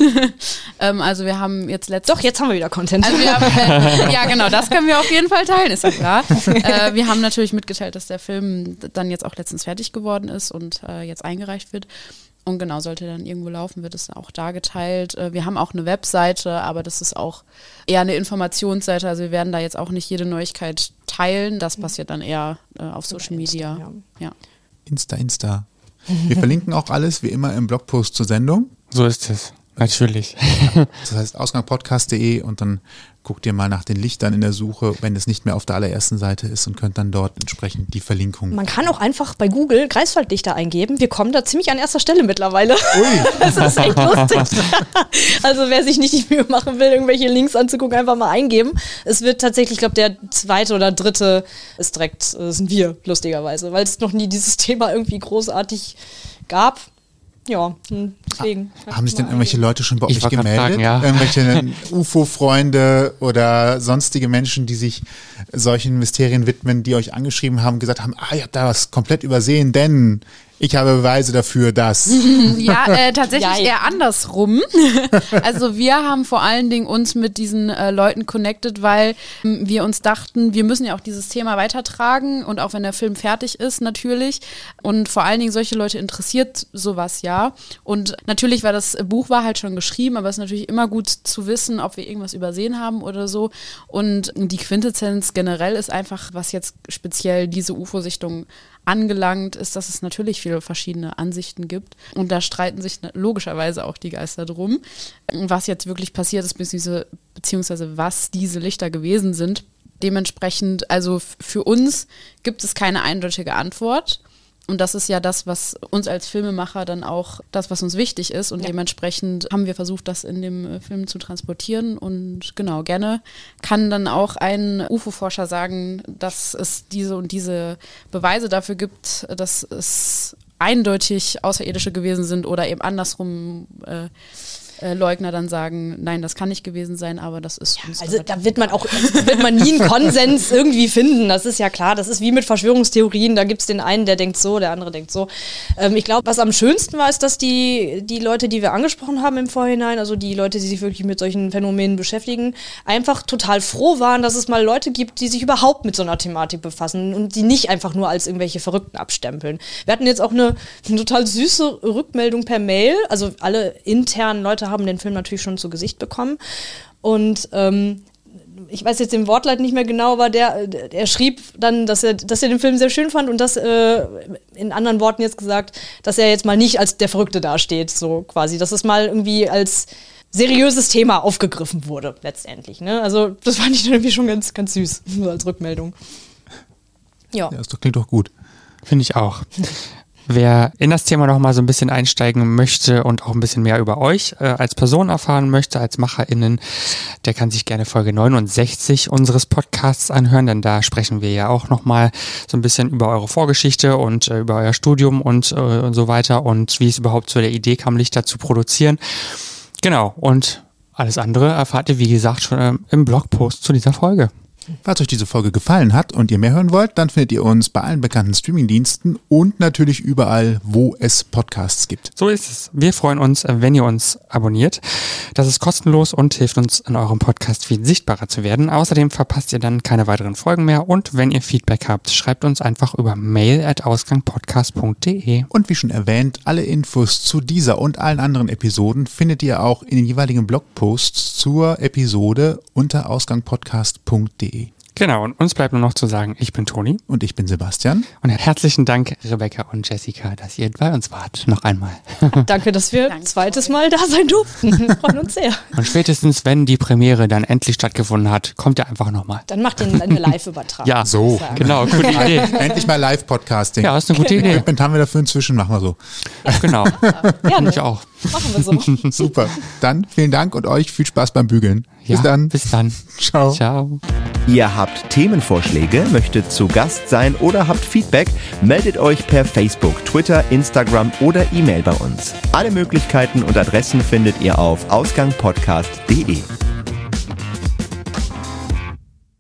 Speaker 6: Also wir haben jetzt
Speaker 5: Doch, jetzt haben wir wieder Content.
Speaker 6: Also wir haben, ja genau, das können wir auf jeden Fall teilen, ist ja klar. Wir haben natürlich mitgeteilt, dass der Film dann jetzt auch letztens fertig geworden ist und jetzt eingereicht wird. Und genau, sollte dann irgendwo laufen, wird es auch da geteilt. Wir haben auch eine Webseite, aber das ist auch eher eine Informationsseite. Also wir werden da jetzt auch nicht jede Neuigkeit teilen. Das passiert dann eher auf Social Media. Ja.
Speaker 1: Insta. Wir verlinken auch alles wie immer im Blogpost zur Sendung.
Speaker 2: So ist es, natürlich.
Speaker 1: Das heißt ausgangpodcast.de und dann guckt ihr mal nach den Lichtern in der Suche, wenn es nicht mehr auf der allerersten Seite ist und könnt dann dort entsprechend die Verlinkung.
Speaker 5: Man kann auch einfach bei Google Greifswaldlichter eingeben. Wir kommen da ziemlich an erster Stelle mittlerweile.
Speaker 1: Ui.
Speaker 5: Das ist echt lustig. Also wer sich nicht die Mühe machen will, irgendwelche Links anzugucken, einfach mal eingeben. Es wird tatsächlich, ich glaube, der 2. oder 3. ist direkt, sind wir, lustigerweise, weil es noch nie dieses Thema irgendwie großartig gab. Ja, deswegen.
Speaker 1: Haben sich denn irgendwelche Leute schon bei euch gemeldet?
Speaker 2: Sagen, ja.
Speaker 1: Irgendwelche UFO-Freunde oder sonstige Menschen, die sich solchen Mysterien widmen, die euch angeschrieben haben, gesagt haben, ihr habt da was komplett übersehen, denn ich habe Beweise dafür, dass...
Speaker 6: Ja, tatsächlich eher andersrum. Also wir haben vor allen Dingen uns mit diesen Leuten connected, weil wir uns dachten, wir müssen ja auch dieses Thema weitertragen und auch wenn der Film fertig ist natürlich und vor allen Dingen solche Leute interessiert sowas ja und natürlich war das Buch halt schon geschrieben, aber es ist natürlich immer gut zu wissen, ob wir irgendwas übersehen haben oder so und die Quintessenz generell ist einfach, was jetzt speziell diese UFO-Sichtung angelangt ist, dass es natürlich viele verschiedene Ansichten gibt und da streiten sich logischerweise auch die Geister drum, was jetzt wirklich passiert ist, beziehungsweise was diese Lichter gewesen sind. Dementsprechend, also für uns gibt es keine eindeutige Antwort, Und das ist ja das, was uns als Filmemacher dann auch, das, was uns wichtig ist. Und dementsprechend haben wir versucht, das in dem Film zu transportieren. Und genau, gerne kann dann auch ein UFO-Forscher sagen, dass es diese und diese Beweise dafür gibt, dass es eindeutig Außerirdische gewesen sind oder eben andersrum Leugner dann sagen, nein, das kann nicht gewesen sein, aber das ist uns.
Speaker 5: Also da wird man nie einen Konsens irgendwie finden, das ist ja klar, das ist wie mit Verschwörungstheorien, da gibt es den einen, der denkt so, der andere denkt so. Ich glaube, was am schönsten war, ist, dass die Leute, die wir angesprochen haben im Vorhinein, also die Leute, die sich wirklich mit solchen Phänomenen beschäftigen, einfach total froh waren, dass es mal Leute gibt, die sich überhaupt mit so einer Thematik befassen und die nicht einfach nur als irgendwelche Verrückten abstempeln. Wir hatten jetzt auch eine total süße Rückmeldung per Mail, also alle internen Leute haben den Film natürlich schon zu Gesicht bekommen. Und ich weiß jetzt den Wortlaut nicht mehr genau, aber er schrieb dann, dass er den Film sehr schön fand und das in anderen Worten jetzt gesagt, dass er jetzt mal nicht als der Verrückte dasteht, so quasi, dass es mal irgendwie als seriöses Thema aufgegriffen wurde, letztendlich. Ne? Also das fand ich dann irgendwie schon ganz, ganz süß, so als Rückmeldung. Ja,
Speaker 1: das klingt doch gut.
Speaker 2: Finde ich auch. Wer in das Thema noch mal so ein bisschen einsteigen möchte und auch ein bisschen mehr über euch als Person erfahren möchte, als MacherInnen, der kann sich gerne Folge 69 unseres Podcasts anhören, denn da sprechen wir ja auch noch mal so ein bisschen über eure Vorgeschichte und über euer Studium und so weiter und wie es überhaupt zu der Idee kam, Lichter zu produzieren. Genau, und alles andere erfahrt ihr, wie gesagt, schon im Blogpost zu dieser Folge.
Speaker 1: Falls euch diese Folge gefallen hat und ihr mehr hören wollt, dann findet ihr uns bei allen bekannten Streamingdiensten und natürlich überall, wo es Podcasts gibt.
Speaker 2: So ist es. Wir freuen uns, wenn ihr uns abonniert. Das ist kostenlos und hilft uns, in eurem Podcast-Feed sichtbarer zu werden. Außerdem verpasst ihr dann keine weiteren Folgen mehr und wenn ihr Feedback habt, schreibt uns einfach über mail@ausgangpodcast.de.
Speaker 1: Und wie schon erwähnt, alle Infos zu dieser und allen anderen Episoden findet ihr auch in den jeweiligen Blogposts zur Episode unter ausgangpodcast.de.
Speaker 2: Genau, und uns bleibt nur noch zu sagen, ich bin Toni.
Speaker 1: Und ich bin Sebastian.
Speaker 2: Und herzlichen Dank, Rebecca und Jessica, dass ihr bei uns wart. Noch einmal.
Speaker 5: Danke, dass wir zweites Mal da sein durften. Freuen uns sehr.
Speaker 2: Und spätestens, wenn die Premiere dann endlich stattgefunden hat, kommt ihr einfach nochmal.
Speaker 5: Dann macht ihr eine Live-Übertragung.
Speaker 2: Ja, so, genau, gute Idee.
Speaker 1: Endlich mal Live-Podcasting.
Speaker 2: Ja, ist eine gute Idee.
Speaker 1: Equipment haben wir dafür inzwischen, machen wir so.
Speaker 2: Genau,
Speaker 5: Gerne.
Speaker 2: ich auch.
Speaker 5: Machen wir so.
Speaker 1: Super. Dann vielen Dank und euch viel Spaß beim Bügeln. Bis
Speaker 2: Ja,
Speaker 1: dann.
Speaker 2: Bis dann.
Speaker 1: Ciao.
Speaker 2: Ciao.
Speaker 3: Ihr habt Themenvorschläge, möchtet zu Gast sein oder habt Feedback, meldet euch per Facebook, Twitter, Instagram oder E-Mail bei uns. Alle Möglichkeiten und Adressen findet ihr auf ausgangpodcast.de.